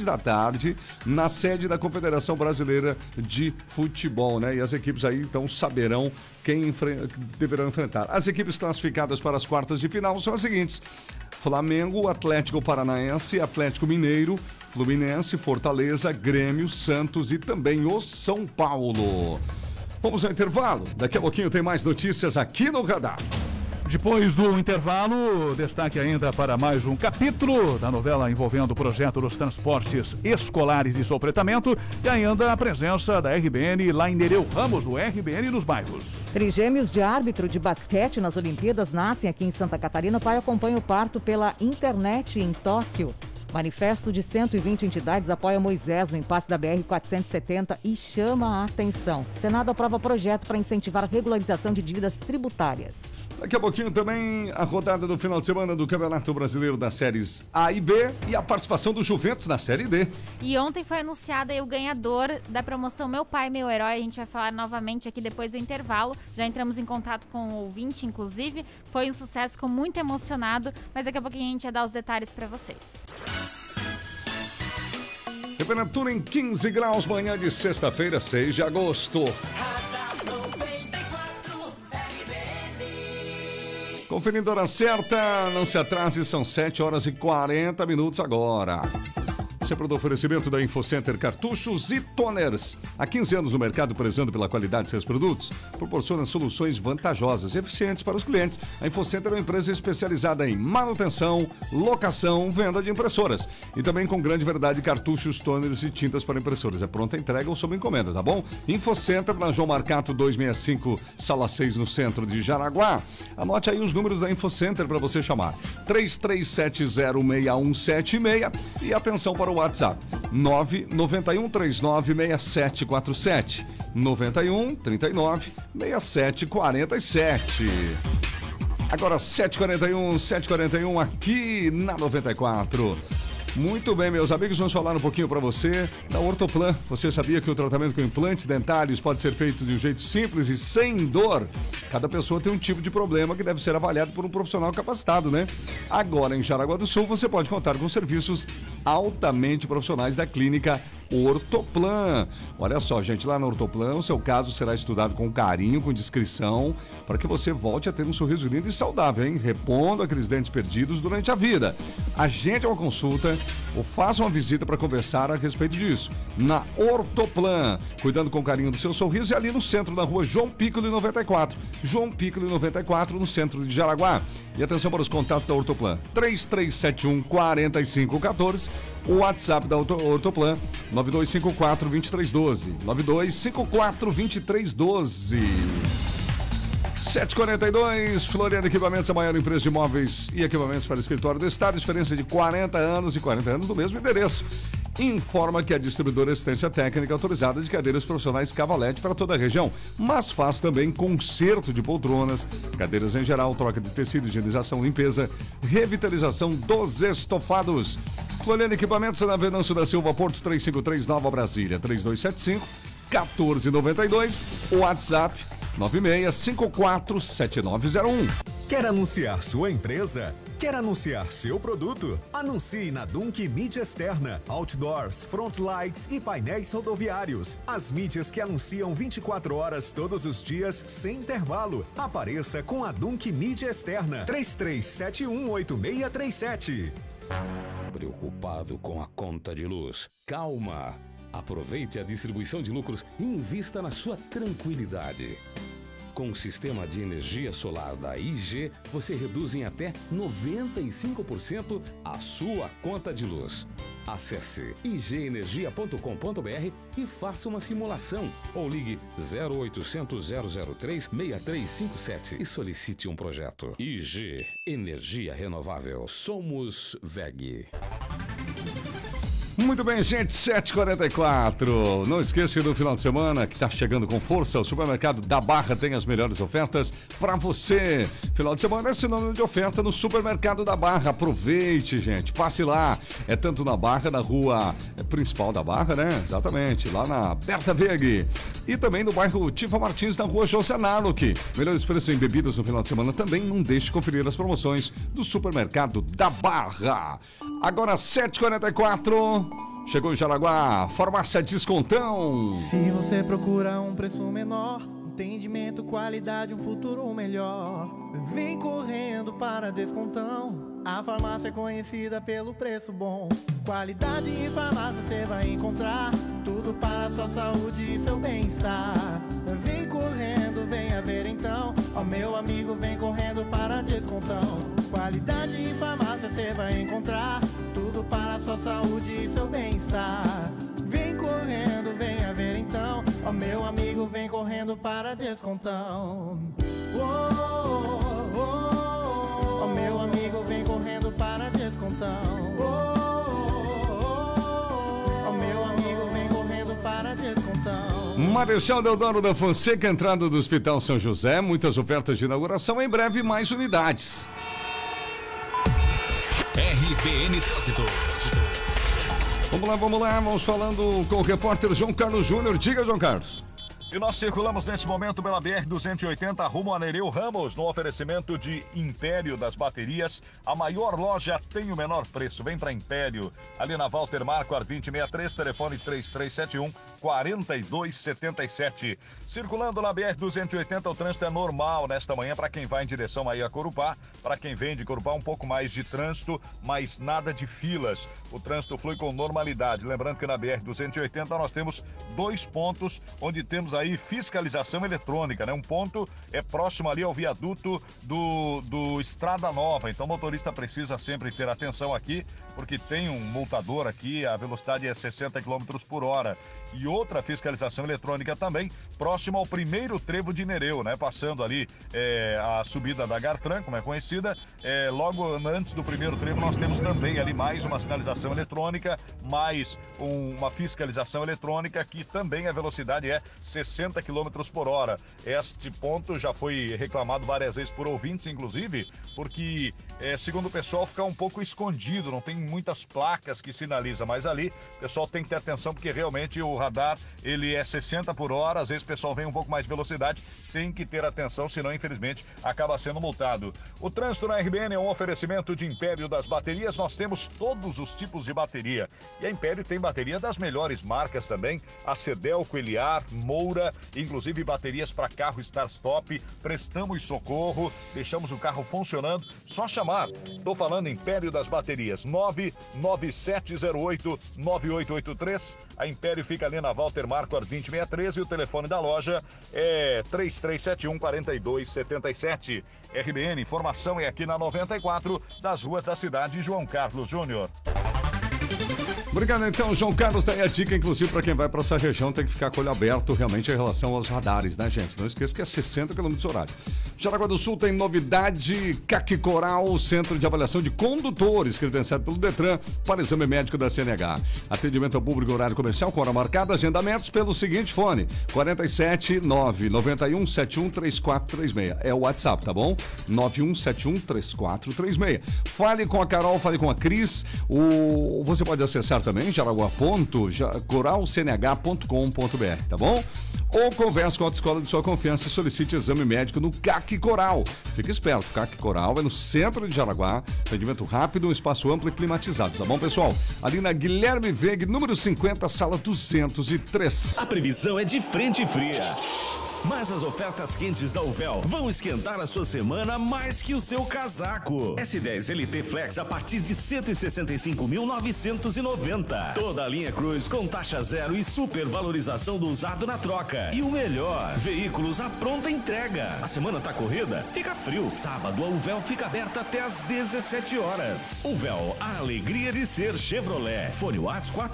15h, na sede da Confederação Brasileira de Futebol, né? E as equipes aí, então, saberão quem deverão enfrentar. As equipes classificadas para as quartas de final são as seguintes: Flamengo, Atlético Paranaense, Atlético Mineiro, Fluminense, Fortaleza, Grêmio, Santos e também o São Paulo. Vamos ao intervalo. Daqui a pouquinho tem mais notícias aqui no Radar. Depois do intervalo, destaque ainda para mais um capítulo da novela envolvendo o projeto dos transportes escolares e sopletamento e ainda a presença da RBN lá em Nereu Ramos, do RBN nos bairros. Trigêmeos de árbitro de basquete nas Olimpíadas nascem aqui em Santa Catarina. O pai acompanha o parto pela internet em Tóquio. Manifesto de 120 entidades apoia Moisés no impasse da BR-470 e chama a atenção. Senado aprova projeto para incentivar a regularização de dívidas tributárias. Daqui a pouquinho também a rodada do final de semana do Campeonato Brasileiro das séries A e B e a participação do Juventus na Série D. E ontem foi anunciado aí o ganhador da promoção Meu Pai, Meu Herói. A gente vai falar novamente aqui depois do intervalo. Já entramos em contato com o ouvinte, inclusive. Foi um sucesso, ficou muito emocionado, mas daqui a pouquinho a gente vai dar os detalhes para vocês. Temperatura em 15 graus, manhã de sexta-feira, 6 de agosto. Conferindo a hora certa, não se atrase, são 7h40 agora. Sempre do oferecimento da InfoCenter Cartuchos e Toners. Há 15 anos no mercado, prezando pela qualidade de seus produtos, proporciona soluções vantajosas e eficientes para os clientes. A InfoCenter é uma empresa especializada em manutenção, locação, venda de impressoras. E também com grande variedade de cartuchos, toners e tintas para impressoras. É pronta entrega ou sob encomenda, tá bom? InfoCenter na João Marcato 265, sala 6, no centro de Jaraguá. Anote aí os números da InfoCenter para você chamar. 33706176 e atenção para o WhatsApp 991396747 91396747. Agora 7h41 aqui na 94. Muito bem, meus amigos, vamos falar um pouquinho para você da Ortoplan. Você sabia que o tratamento com implantes dentários pode ser feito de um jeito simples e sem dor? Cada pessoa tem um tipo de problema que deve ser avaliado por um profissional capacitado, né? Agora, em Jaraguá do Sul, você pode contar com serviços altamente profissionais da clínica Ortoplan. Olha só, gente, lá na Ortoplan, o seu caso será estudado com carinho, com discrição, para que você volte a ter um sorriso lindo e saudável, hein? Repondo aqueles dentes perdidos durante a vida. Agende uma consulta ou faça uma visita para conversar a respeito disso. Na Ortoplan, cuidando com carinho do seu sorriso, e ali no centro da rua João Piccoli 94. João Piccoli 94, no centro de Jaraguá. E atenção para os contatos da Ortoplan. 3371-4514. O WhatsApp da Ortoplan, 9254-2312. 9254-2312. 7h42, Floriano Equipamentos, a maior empresa de móveis e equipamentos para escritório do estado. Diferença de 40 anos e 40 anos no mesmo endereço. Informa que é distribuidora assistência técnica autorizada de cadeiras profissionais Cavalete para toda a região, mas faz também conserto de poltronas, cadeiras em geral, troca de tecido, higienização, limpeza, revitalização dos estofados. Floriano Equipamentos, na Venâncio da Silva, Porto 353, Nova Brasília, 3275-1492, WhatsApp 96547901. Quer anunciar sua empresa? Quer anunciar seu produto? Anuncie na Dunk Mídia Externa, outdoors, front lights e painéis rodoviários. As mídias que anunciam 24 horas todos os dias, sem intervalo. Apareça com a Dunk Mídia Externa. 33718637. Preocupado com a conta de luz? Calma! Aproveite a distribuição de lucros e invista na sua tranquilidade. Com o sistema de energia solar da IG, você reduz em até 95% a sua conta de luz. Acesse igenergia.com.br e faça uma simulação ou ligue 0800 003 6357 e solicite um projeto. IG, energia renovável. Somos WEG. Muito bem, gente, 7h44. Não esqueça do final de semana que está chegando com força. O Supermercado da Barra tem as melhores ofertas para você. Final de semana é sinônimo de oferta no Supermercado da Barra. Aproveite, gente. Passe lá. É tanto na Barra, na rua principal da Barra, né? Exatamente. Lá na Berta Veg. E também no bairro Tifa Martins, na rua José Naruc. Melhores preços em bebidas no final de semana também. Não deixe de conferir as promoções do Supermercado da Barra. Agora 7h44. Chegou em Jaraguá, Farmácia Descontão. Se você procura um preço menor, atendimento, qualidade, um futuro melhor, vem correndo para Descontão. A farmácia é conhecida pelo preço bom. Qualidade em farmácia você vai encontrar, tudo para a sua saúde e seu bem-estar. Vem correndo, venha ver então, ó meu amigo, vem correndo para Descontão. Qualidade em farmácia você vai encontrar, tudo para a sua saúde e seu bem-estar. Vem correndo, venha ver então, ó meu amigo, vem correndo para Descontão. Ó meu amigo, vem correndo para Descontão. Ó meu amigo, vem correndo para Descontão. Marechal Deodoro da Fonseca, entrada do Hospital São José, muitas ofertas de inauguração, em breve mais unidades. RBN Trânsito. Vamos lá, vamos falando com o repórter João Carlos Júnior. Diga, João Carlos. E nós circulamos nesse momento pela BR-280 rumo a Nereu Ramos, no oferecimento de Império das Baterias. A maior loja tem o menor preço. Vem para Império, ali na Walter Marquardt 2063, telefone 3371-4277. Circulando na BR-280, o trânsito é normal nesta manhã para quem vai em direção aí a Corupá. Para quem vem de Corupá, um pouco mais de trânsito, mas nada de filas. O trânsito flui com normalidade. Lembrando que na BR-280 nós temos 2 pontos onde temos aí fiscalização eletrônica, né? Um ponto é próximo ali ao viaduto do Estrada Nova, então o motorista precisa sempre ter atenção aqui, porque tem um multador aqui, a velocidade é 60 km por hora. E outra fiscalização eletrônica também, próximo ao primeiro trevo de Nereu, né? Passando ali a subida da Gartran, como é conhecida, logo antes do primeiro trevo nós temos também ali mais uma sinalização eletrônica, mais uma fiscalização eletrônica, que também a velocidade é 60 km por hora. Este ponto já foi reclamado várias vezes por ouvintes, inclusive, porque, segundo o pessoal, fica um pouco escondido, não tem muitas placas que sinalizam, mas ali o pessoal tem que ter atenção, porque realmente o radar, ele é 60 por hora, às vezes o pessoal vem um pouco mais de velocidade, tem que ter atenção, senão, infelizmente, acaba sendo multado. O trânsito na RBN é um oferecimento de Império das Baterias. Nós temos todos os tipos de bateria, e a Império tem bateria das melhores marcas também, a Cedelco, Eliar, Moura, inclusive baterias para carro start-stop. Prestamos socorro, deixamos o carro funcionando, só chamar. Estou falando Império das Baterias, 99708-9883. A Império fica ali na Walter Marquardt 2063 e o telefone da loja é 3371-4277. RBN, informação é aqui na 94, das ruas da cidade, João Carlos Júnior. Obrigado, então, João Carlos. Tá aí a dica, inclusive, para quem vai para essa região, tem que ficar com o olho aberto realmente em relação aos radares, né, gente? Não esqueça que é 60 km horário. Jaraguá do Sul tem novidade, CAC Coral, Centro de Avaliação de Condutores, credenciado pelo Detran para exame médico da CNH. Atendimento ao público, horário comercial, com hora marcada, agendamentos pelo seguinte fone, 479-9171-3436. É o WhatsApp, tá bom? 9171-3436. Fale com a Carol, fale com a Cris. Você pode acessar também jaraguá.coralcnh.com.br, tá bom? Ou converse com a autoescola de sua confiança e solicite exame médico no CAC Coral. Fique esperto, CAC Coral é no centro de Jaraguá, atendimento rápido, um espaço amplo e climatizado, tá bom, pessoal? Ali na Guilherme Veig, número 50, sala 203. A previsão é de frente fria, mas as ofertas quentes da Uvel vão esquentar a sua semana mais que o seu casaco. S10 LT Flex a partir de 165.990. Toda a linha Cruz com taxa zero e supervalorização do usado na troca. E o melhor, veículos à pronta entrega. A semana tá corrida? Fica frio. Sábado a Uvel fica aberta até às 17 horas. Uvel, a alegria de ser Chevrolet. Fone WhatsApp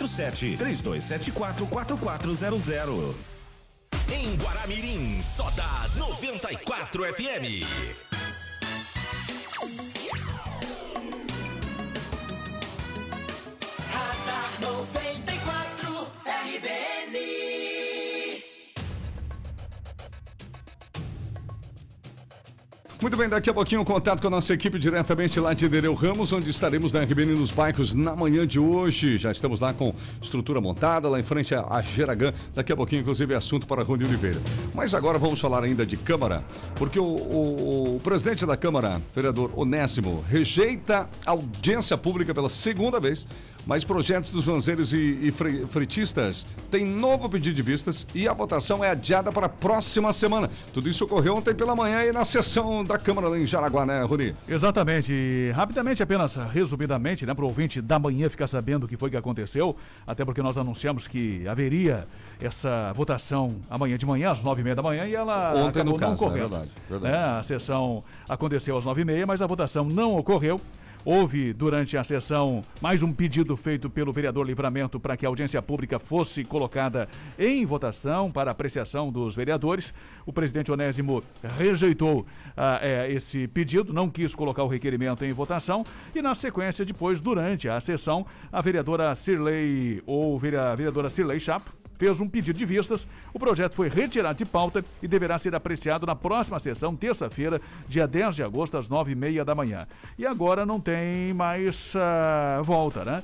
47-3274-4400. Em Guaramirim, só dá 94 FM. Radar 94 RBN. Muito bem, daqui a pouquinho contato com a nossa equipe diretamente lá de Nereu Ramos, onde estaremos na RBN nos bairros na manhã de hoje. Já estamos lá com estrutura montada, lá em frente a Geragan. Daqui a pouquinho, inclusive, é assunto para Rony Oliveira. Mas agora vamos falar ainda de Câmara, porque o presidente da Câmara, vereador Onésimo, rejeita audiência pública pela segunda vez, mas projetos dos vanzeiros e fretistas têm novo pedido de vistas e a votação é adiada para a próxima semana. Tudo isso ocorreu ontem pela manhã e na sessão da Câmara lá em Jaraguá, né, Rony? Exatamente. E rapidamente, apenas resumidamente, né, para o ouvinte da manhã ficar sabendo o que foi que aconteceu, até porque nós anunciamos que haveria essa votação amanhã de manhã, às 9h30 da manhã, e ela ontem, acabou no caso, não ocorrendo. É verdade. A sessão aconteceu às 9h30, mas a votação não ocorreu. Houve, durante a sessão, mais um pedido feito pelo vereador Livramento para que a audiência pública fosse colocada em votação para apreciação dos vereadores. O presidente Onésimo rejeitou esse pedido, não quis colocar o requerimento em votação e, na sequência, depois, durante a sessão, a vereadora Cirlei Chapo fez um pedido de vistas. O projeto foi retirado de pauta e deverá ser apreciado na próxima sessão, terça-feira, dia 10 de agosto, às 9h30 da manhã. E agora não tem mais volta, né?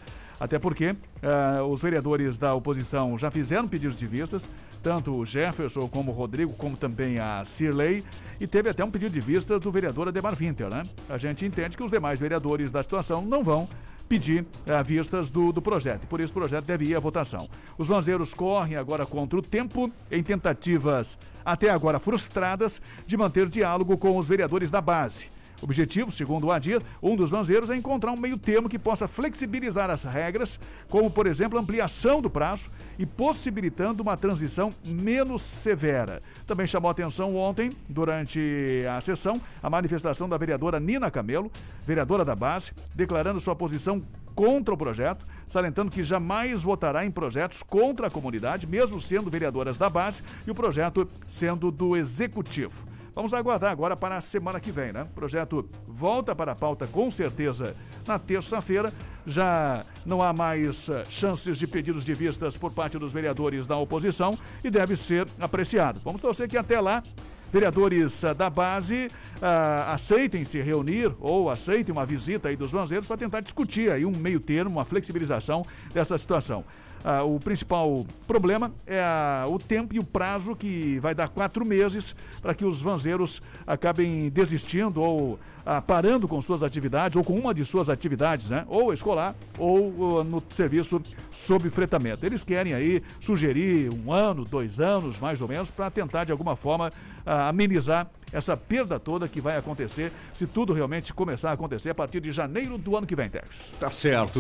Até porque os vereadores da oposição já fizeram pedidos de vistas, tanto o Jefferson como o Rodrigo, como também a Cirlei, e teve até um pedido de vista do vereador Ademar Winter, né? A gente entende que os demais vereadores da situação não vão pedir vistas do projeto. Por isso o projeto deve ir à votação. Os vanzeiros correm agora contra o tempo em tentativas até agora frustradas de manter diálogo com os vereadores da base. O objetivo, segundo o Adir, um dos vanzeiros é encontrar um meio termo que possa flexibilizar as regras, como, por exemplo, ampliação do prazo e possibilitando uma transição menos severa. Também chamou a atenção ontem, durante a sessão, a manifestação da vereadora Nina Camelo, vereadora da base, declarando sua posição contra o projeto, salientando que jamais votará em projetos contra a comunidade, mesmo sendo vereadoras da base e o projeto sendo do executivo. Vamos aguardar agora para a semana que vem, né? O projeto volta para a pauta com certeza na terça-feira. Já não há mais chances de pedidos de vistas por parte dos vereadores da oposição e deve ser apreciado. Vamos torcer que até lá vereadores da base aceitem se reunir ou aceitem uma visita aí dos vanzeiros para tentar discutir aí um meio termo, uma flexibilização dessa situação. O principal problema é o tempo e o prazo, que vai dar 4 meses para que os vanzeiros acabem desistindo ou parando com suas atividades ou com uma de suas atividades, né? Ou escolar ou no serviço sob fretamento. Eles querem aí sugerir 1 ano, 2 anos, mais ou menos, para tentar de alguma forma amenizar essa perda toda que vai acontecer se tudo realmente começar a acontecer a partir de janeiro do ano que vem, Tex. Tá certo,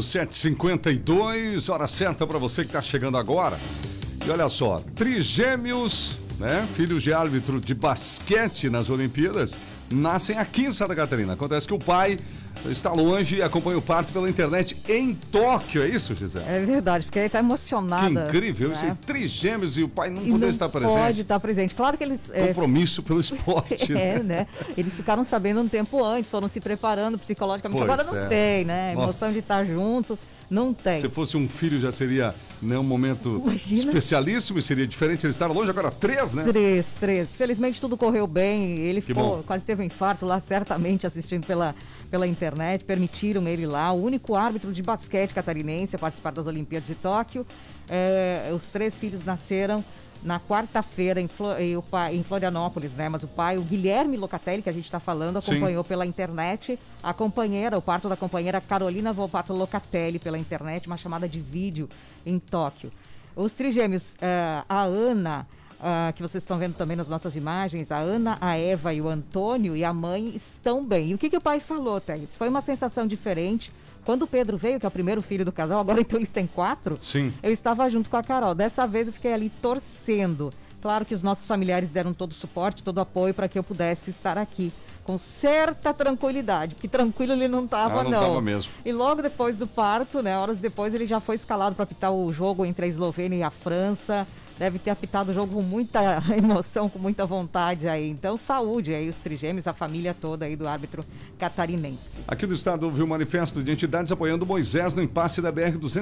7h52, hora certa para você que está chegando agora. E olha só, trigêmeos, né, filhos de árbitro de basquete nas Olimpíadas, nascem aqui em Santa Catarina. Acontece que o pai está longe e acompanha o parto pela internet em Tóquio, é isso, Gisele? É verdade, porque ele está emocionado. Que incrível, né? Isso aí, trigêmeos e o pai não poder estar presente. Pode estar presente. Claro que eles... Compromisso pelo esporte. né? Eles ficaram sabendo um tempo antes, foram se preparando psicologicamente. Agora não tem, né? A emoção de estar junto, não tem. Se fosse um filho já seria, né, um momento especialíssimo e seria diferente ele estar longe. Agora 3, né? 3. Felizmente tudo correu bem. Ele ficou, quase teve um infarto lá, certamente assistindo pela internet, permitiram ele lá, o único árbitro de basquete catarinense a participar das Olimpíadas de Tóquio. Os 3 filhos nasceram na quarta-feira em Florianópolis, né? Mas o pai, o Guilherme Locatelli, que a gente está falando, acompanhou pela internet o parto da companheira Carolina Volpato Locatelli pela internet, uma chamada de vídeo em Tóquio. Os trigêmeos, a Ana, que vocês estão vendo também nas nossas imagens, a Ana, a Eva e o Antônio e a mãe estão bem. E o que o pai falou, Teres? Foi uma sensação diferente. Quando o Pedro veio, que é o primeiro filho do casal, agora então eles têm 4, eu estava junto com a Carol. Dessa vez eu fiquei ali torcendo. Claro que os nossos familiares deram todo o suporte, todo o apoio para que eu pudesse estar aqui. Com certa tranquilidade, porque tranquilo ele não estava, não. Estava mesmo. E logo depois do parto, né, horas depois, ele já foi escalado para apitar o jogo entre a Eslovênia e a França. Deve ter apitado o jogo com muita emoção, com muita vontade aí. Então, saúde aí, os trigêmeos, a família toda aí do árbitro catarinense. Aqui no estado houve um manifesto de entidades apoiando Moisés no impasse da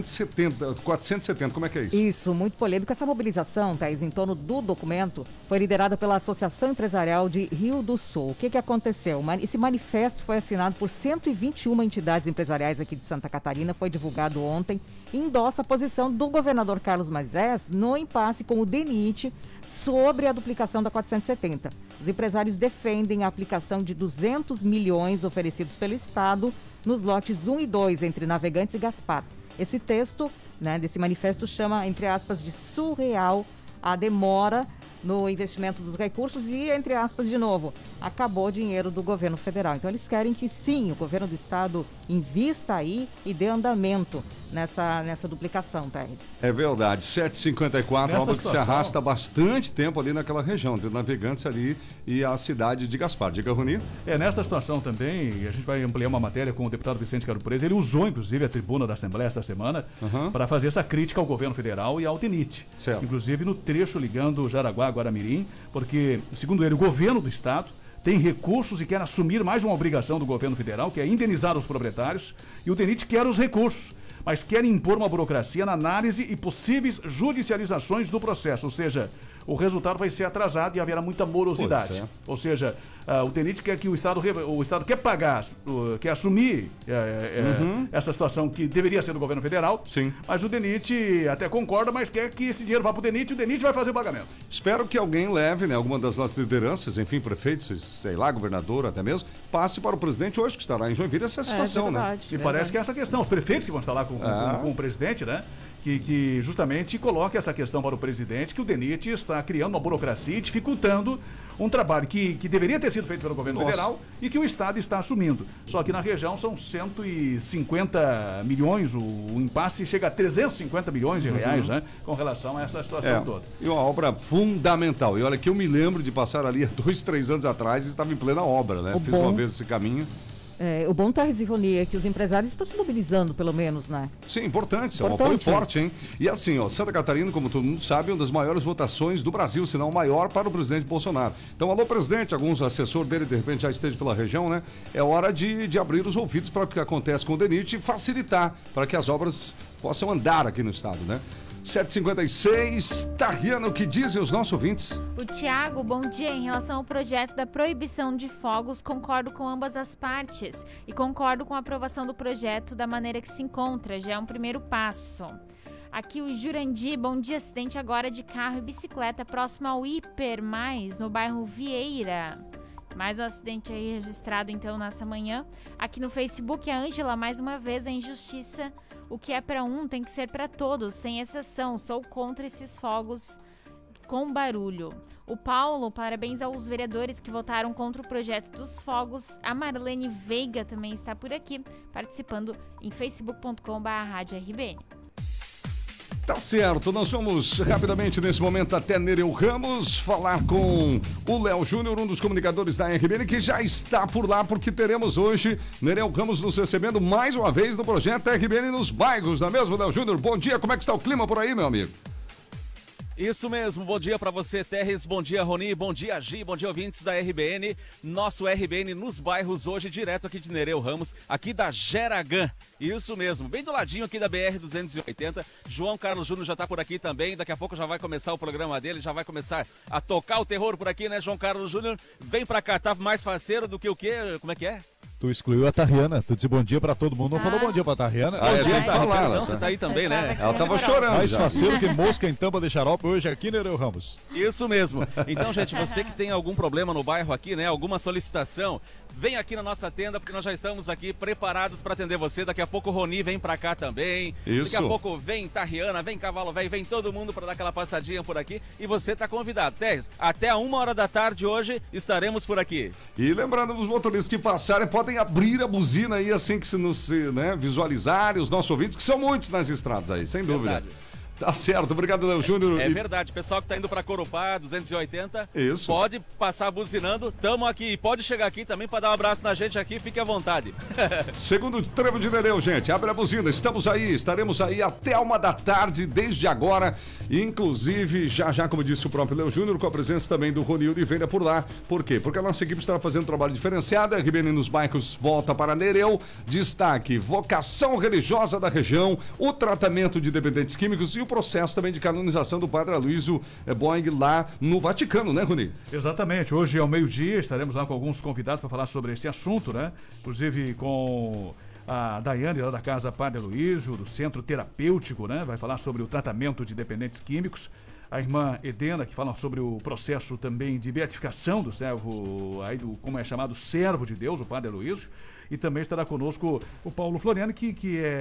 BR-470. Como é que é isso? Isso, muito polêmico. Essa mobilização, Thaís, em torno do documento, foi liderada pela Associação Empresarial de Rio do Sul. O que aconteceu? Esse manifesto foi assinado por 121 entidades empresariais aqui de Santa Catarina, foi divulgado ontem, e endossa a posição do governador Carlos Moisés no impasse com o DENIT sobre a duplicação da 470. Os empresários defendem a aplicação de 200 milhões oferecidos pelo Estado nos lotes 1 e 2 entre Navegantes e Gaspar. Esse texto, né, desse manifesto chama, entre aspas, de surreal a demora no investimento dos recursos e, entre aspas, de novo, acabou o dinheiro do governo federal. Então, eles querem que, sim, o governo do estado invista aí e dê andamento nessa duplicação, Teres. É verdade. 7h54, obra que se arrasta há bastante tempo ali naquela região, de Navegantes ali e a cidade de Gaspar. Diga, Roni. Nesta situação também, a gente vai ampliar uma matéria com o deputado Vicente Caro Pureza. Ele usou, inclusive, a tribuna da Assembleia esta semana para fazer essa crítica ao governo federal e ao DENIT. Inclusive no trecho ligando Jaraguá a Guaramirim, porque, segundo ele, o governo do estado tem recursos e quer assumir mais uma obrigação do governo federal, que é indenizar os proprietários, e o DENIT quer os recursos, mas quer impor uma burocracia na análise e possíveis judicializações do processo, ou seja, o resultado vai ser atrasado e haverá muita morosidade. Ou seja, o DENIT quer que o Estado quer pagar, quer assumir essa situação que deveria ser do governo federal. Sim. Mas o DENIT até concorda, mas quer que esse dinheiro vá para o DENIT e o DENIT vai fazer o pagamento. Espero que alguém leve, né, alguma das nossas lideranças, enfim, prefeitos, sei lá, governador até mesmo, passe para o presidente hoje, que estará em Joinville, essa situação, né? E parece que é essa questão, os prefeitos que vão estar lá com o presidente, né? Que justamente coloque essa questão para o presidente, que o DENIT está criando uma burocracia e dificultando um trabalho que deveria ter sido feito pelo governo federal e que o Estado está assumindo. Só que na região são 150 milhões, o impasse chega a 350 milhões de reais, né? Com relação a essa situação toda. E uma obra fundamental. E olha que eu me lembro de passar ali há 2, 3 anos atrás e estava em plena obra, né? Fiz uma vez esse caminho. O bom, Terres e Rony, é que os empresários estão se mobilizando, pelo menos, né? Sim, importante, é um apoio forte, hein? E assim, ó, Santa Catarina, como todo mundo sabe, é uma das maiores votações do Brasil, se não a maior, para o presidente Bolsonaro. Então, alô, presidente, alguns assessores dele, de repente, já estejam pela região, né? É hora de abrir os ouvidos para o que acontece com o DENIT e facilitar para que as obras possam andar aqui no estado, né? 7h56, Tariana, o que dizem os nossos ouvintes? O Tiago, bom dia. Em relação ao projeto da proibição de fogos, concordo com ambas as partes e concordo com a aprovação do projeto da maneira que se encontra, já é um primeiro passo. Aqui o Jurandir, bom dia. Acidente agora de carro e bicicleta próximo ao Hiper Mais, no bairro Vieira. Mais um acidente aí registrado então nessa manhã. Aqui no Facebook, a Ângela, mais uma vez, a injustiça. O que é para um tem que ser para todos, sem exceção. Sou contra esses fogos com barulho. O Paulo, parabéns aos vereadores que votaram contra o projeto dos fogos. A Marlene Veiga também está por aqui, participando em facebook.com/RadioRBN. Tá certo, nós vamos rapidamente nesse momento até Nereu Ramos falar com o Léo Júnior, um dos comunicadores da RBN, que já está por lá, porque teremos hoje Nereu Ramos nos recebendo mais uma vez no projeto RBN nos bairros, não é mesmo, Léo Júnior? Bom dia, como é que está o clima por aí, meu amigo? Isso mesmo, bom dia para você, Terres, bom dia, Rony, bom dia, Gi, bom dia, ouvintes da RBN. Nosso RBN nos bairros hoje, direto aqui de Nereu Ramos, aqui da Geragã. Isso mesmo, bem do ladinho aqui da BR-280. João Carlos Júnior já tá por aqui também, daqui a pouco já vai começar o programa dele, já vai começar a tocar o terror por aqui, né, João Carlos Júnior? Vem pra cá, tá mais faceiro do que o quê? Como é que é? Tu excluiu a Tariana, tu disse bom dia pra todo mundo, não falou bom dia pra Tariana. Bom dia, Tariana. Não, você tá aí também, né? Ela tava chorando. Mais faceiro que mosca em tampa de xarope hoje aqui, Nereu Ramos. Isso mesmo. Então, gente, você que tem algum problema no bairro aqui, né? Alguma solicitação, vem aqui na nossa tenda, porque nós já estamos aqui preparados para atender você. Daqui a pouco o Rony vem pra cá também. Isso. Daqui a pouco vem Tariana, vem Cavalo Velho, vem todo mundo para dar aquela passadinha por aqui. E você tá convidado. Teres, até a 1h da tarde hoje estaremos por aqui. E lembrando, os motoristas que passarem podem abrir a buzina aí assim que se nos visualizarem, os nossos ouvintes, que são muitos nas estradas aí, sem dúvida. Verdade. Tá certo, obrigado, Léo Júnior. É verdade, pessoal que tá indo pra Corupá, 280, isso, pode passar buzinando, tamo aqui, pode chegar aqui também pra dar um abraço na gente aqui, fique à vontade. Segundo trevo de Nereu, gente, abre a buzina, estamos aí, estaremos aí até 1h da tarde, desde agora, inclusive, já como disse o próprio Léo Júnior, com a presença também do Ronildo e Venha por lá. Por quê? Porque a nossa equipe estará fazendo um trabalho diferenciado, a RBN nos bairros volta para Nereu, destaque, vocação religiosa da região, o tratamento de dependentes químicos e o processo também de canonização do padre Aloysio Boing lá no Vaticano, né, Rony? Exatamente, hoje ao meio-dia estaremos lá com alguns convidados para falar sobre este assunto, né? Inclusive com a Daiane lá da Casa Padre Aloysio, do Centro Terapêutico, né? Vai falar sobre o tratamento de dependentes químicos. A irmã Edena, que fala sobre o processo também de beatificação do servo, aí como é chamado, servo de Deus, o Padre Aloysio. E também estará conosco o Paulo Floriano, que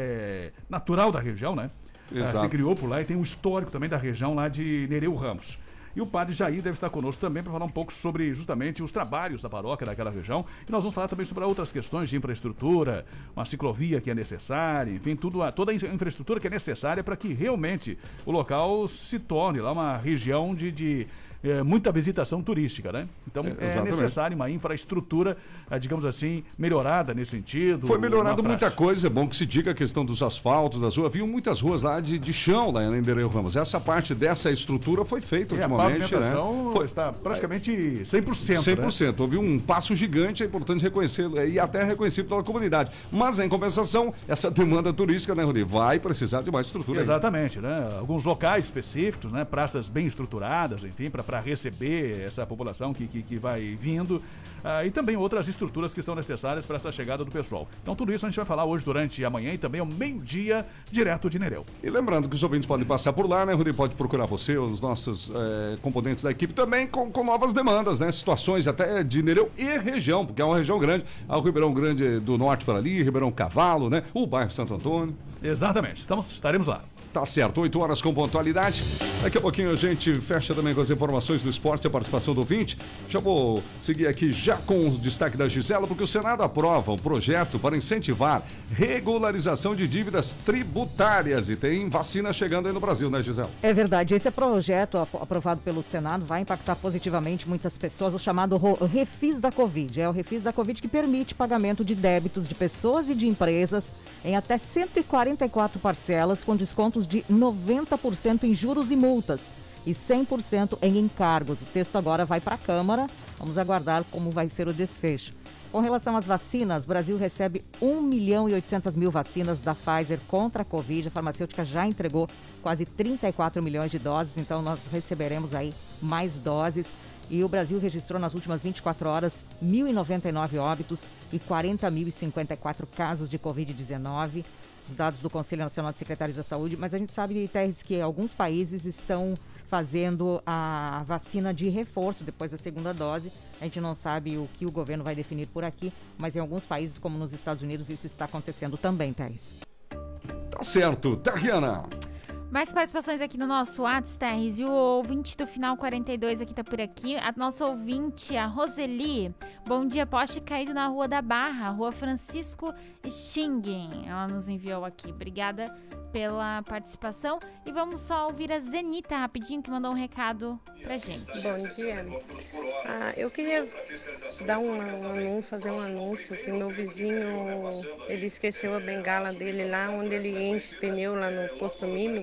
é natural da região, né? Se criou por lá e tem um histórico também da região lá de Nereu Ramos. E o padre Jair deve estar conosco também para falar um pouco sobre justamente os trabalhos da paróquia daquela região. E nós vamos falar também sobre outras questões de infraestrutura, uma ciclovia que é necessária, enfim, toda a infraestrutura que é necessária para que realmente o local se torne lá uma região de muita visitação turística, né? Então é necessário uma infraestrutura, digamos assim, melhorada nesse sentido. Foi melhorado muita coisa, é bom que se diga a questão dos asfaltos, das ruas. Viu muitas ruas lá de chão, lá em Nereu Ramos. Essa parte dessa estrutura foi feita ultimamente, a pavimentação está praticamente 100%. 100%. Né? Houve um passo gigante, é importante reconhecê-lo, e até reconhecido pela comunidade. Mas, em compensação, essa demanda turística, né, Rodrigo, vai precisar de mais estrutura. Exatamente, né? Alguns locais específicos, né? Praças bem estruturadas, enfim, para receber essa população que vai vindo. E também outras estruturas que são necessárias para essa chegada do pessoal. Então tudo isso a gente vai falar hoje durante a manhã e também ao meio-dia, direto de Nereu. E lembrando que os ouvintes podem passar por lá, né, Rodrigo? Pode procurar você, os nossos componentes da equipe também com novas demandas, né? Situações até de Nereu e região, porque é uma região grande. Há o Ribeirão Grande do Norte por ali, Ribeirão Cavalo, né? O bairro Santo Antônio. Exatamente, estaremos lá. Tá certo, 8 horas com pontualidade. Daqui a pouquinho a gente fecha também com as informações do esporte, a participação do ouvinte. Já vou seguir aqui já com o destaque da Gisela, porque o Senado aprova um projeto para incentivar regularização de dívidas tributárias. E tem vacina chegando aí no Brasil, né, Gisela? É verdade. Esse projeto aprovado pelo Senado vai impactar positivamente muitas pessoas. O chamado Refis da Covid. É o Refis da Covid que permite pagamento de débitos de pessoas e de empresas em até 144 parcelas, com descontos de 90% em juros e multas e 100% em encargos. O texto agora vai para a Câmara. Vamos aguardar como vai ser o desfecho. Com relação às vacinas, o Brasil recebe 1.800.000 vacinas da Pfizer contra a Covid. A farmacêutica já entregou quase 34 milhões de doses, então nós receberemos aí mais doses. E o Brasil registrou nas últimas 24 horas 1.099 óbitos e 40.054 casos de Covid-19. Os dados do Conselho Nacional de Secretários da Saúde, mas a gente sabe, Teres, que alguns países estão fazendo a vacina de reforço depois da segunda dose. A gente não sabe o que o governo vai definir por aqui, mas em alguns países, como nos Estados Unidos, isso está acontecendo também, Teres. Tá certo, Tariana. Mais participações aqui no nosso WhatsApp, Terres. E o ouvinte do final 42 aqui tá por aqui. A nossa ouvinte, a Roseli. Bom dia, poste caído na Rua da Barra, Rua Francisco Schingen. Ela nos enviou aqui. Obrigada pela participação. E vamos só ouvir a Zenita rapidinho, que mandou um recado pra gente. Bom dia. Eu queria dar fazer um anúncio que o meu vizinho, ele esqueceu a bengala dele lá, onde ele enche pneu lá no posto Mimi.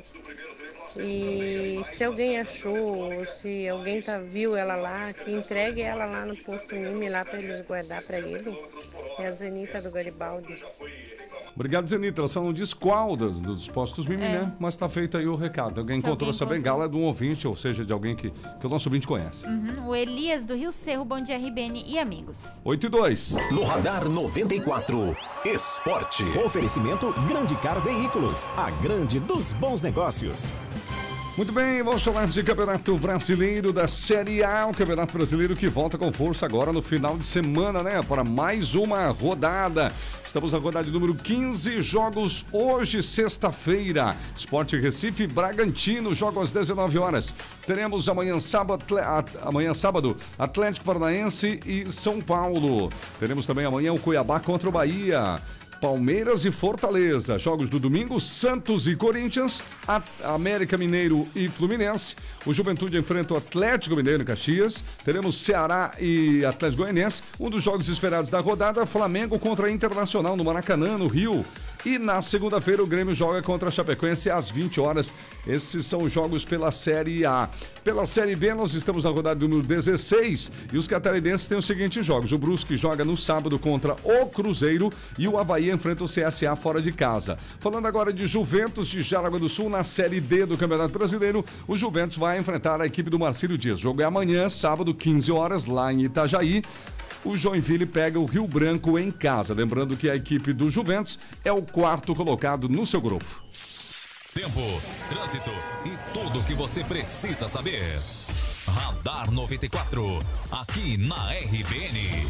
E se alguém achou, se alguém viu ela lá, que entregue ela lá no posto Mimi lá para eles guardar para ele. É a Zenita do Garibaldi. Obrigado, Zenita. Elas são desqualdas dos postos Mimi, né? Mas tá feito aí o recado. Alguém encontrou essa bengala de um ouvinte, ou seja, de alguém que o nosso ouvinte conhece. O Elias do Rio Cerro. Bom dia, RBN e amigos. 8:02. No Radar 94, Esporte. Oferecimento Grande Car Veículos, a grande dos bons negócios. Muito bem, vamos falar de Campeonato Brasileiro da Série A, o Campeonato Brasileiro que volta com força agora no final de semana, né? Para mais uma rodada. Estamos na rodada número 15, jogos hoje, sexta-feira. Sport Recife, Bragantino, jogam às 19 horas. Teremos amanhã sábado, Atlético Paranaense e São Paulo. Teremos também amanhã o Cuiabá contra o Bahia. Palmeiras e Fortaleza. Jogos do domingo, Santos e Corinthians, América Mineiro e Fluminense. O Juventude enfrenta o Atlético Mineiro em Caxias. Teremos Ceará e Atlético Goianiense. Um dos jogos esperados da rodada, Flamengo contra Internacional no Maracanã, no Rio. E na segunda-feira o Grêmio joga contra a Chapecoense às 20 horas. Esses são os jogos pela Série A. Pela Série B, nós estamos na rodada número 16 e os catarinenses têm os seguintes jogos. O Brusque joga no sábado contra o Cruzeiro e o Avaí enfrenta o CSA fora de casa. Falando agora de Juventus de Jaraguá do Sul na Série D do Campeonato Brasileiro, o Juventus vai enfrentar a equipe do Marcílio Dias. O jogo é amanhã, sábado, 15 horas, lá em Itajaí. O Joinville pega o Rio Branco em casa. Lembrando que a equipe do Juventus é o quarto colocado no seu grupo. Tempo, trânsito e tudo o que você precisa saber. Radar 94, aqui na RBN.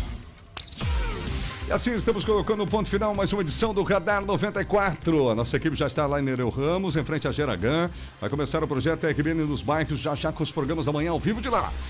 E assim estamos colocando o ponto final, mais uma edição do Radar 94. A nossa equipe já está lá em Nereu Ramos, em frente à Geragan. Vai começar o projeto RBN nos bairros, já com os programas da manhã ao vivo de lá.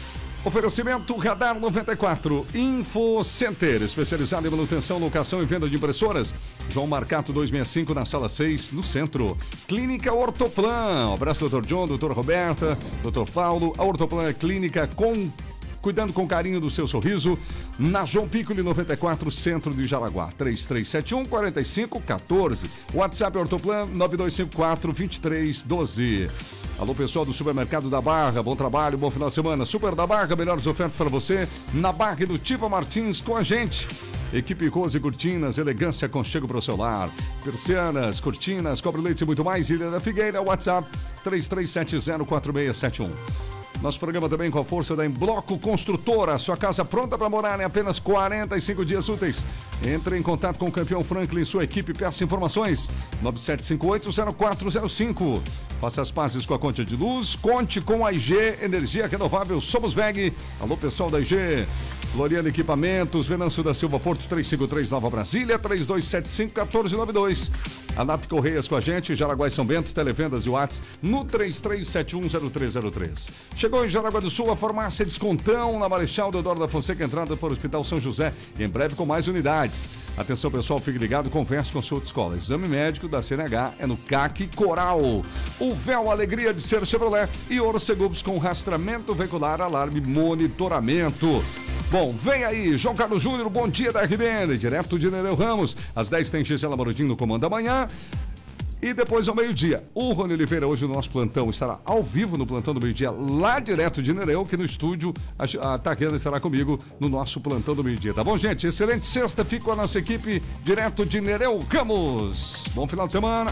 Oferecimento Radar 94, Info Center, especializado em manutenção, locação e venda de impressoras. João Marcato 265 na sala 6, no centro. Clínica Ortoplan. Um abraço, Dr. John, Dr. Roberta, Dr. Paulo. A Ortoplan é clínica cuidando com carinho do seu sorriso. Na João Piccoli 94, centro de Jaraguá. 3371-4514. WhatsApp Ortoplan 9254-2312. Alô, pessoal do Supermercado da Barra, bom trabalho, bom final de semana. Super da Barra, melhores ofertas para você na Barra e do Tiva Martins com a gente. Equipe Rose Cortinas, elegância, aconchego para o seu lar. Persianas, cortinas, cobre-leite e muito mais. Ilha da Figueira, WhatsApp 33704671. Nosso programa também com a força da Embloco Construtora. Sua casa pronta para morar em apenas 45 dias úteis. Entre em contato com o campeão Franklin e sua equipe. Peça informações. 9758-0405. Faça as pazes com a conta de luz. Conte com a IG Energia Renovável. Somos VEG. Alô, pessoal da IG. Floriano Equipamentos. Venâncio da Silva Porto 353 Nova Brasília. 3275-1492. ANAP Correias com a gente. Jaraguá e São Bento. Televendas e WhatsApp no 33710303. Chegou em Jaraguá do Sul a farmácia Descontão, na Marechal Deodoro da Fonseca, entrada para o Hospital São José, e em breve com mais unidades. Atenção, pessoal, fique ligado, converse com sua autoescola. Exame médico da CNH é no CAC Coral. O véu Alegria de Ser Chevrolet e Orcegubs com rastreamento veicular, alarme, monitoramento. Bom, vem aí, João Carlos Júnior, bom dia da RBN, direto de Nereu Ramos. Às 10 tem Gisela Marudinho no comando da manhã. E depois ao meio-dia, o Rony Oliveira hoje no nosso plantão estará ao vivo no plantão do meio-dia, lá direto de Nereu, que no estúdio a Tariana estará comigo no nosso plantão do meio-dia. Tá bom, gente? Excelente sexta, fico com a nossa equipe direto de Nereu Ramos. Bom final de semana.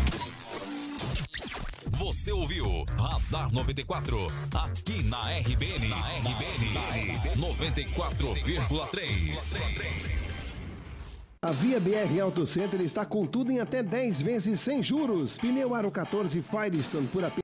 Você ouviu Radar 94, aqui na RBN, 94,3. A Via BR Auto Center está com tudo em até 10 vezes sem juros. Pneu Aro 14 Firestone por apenas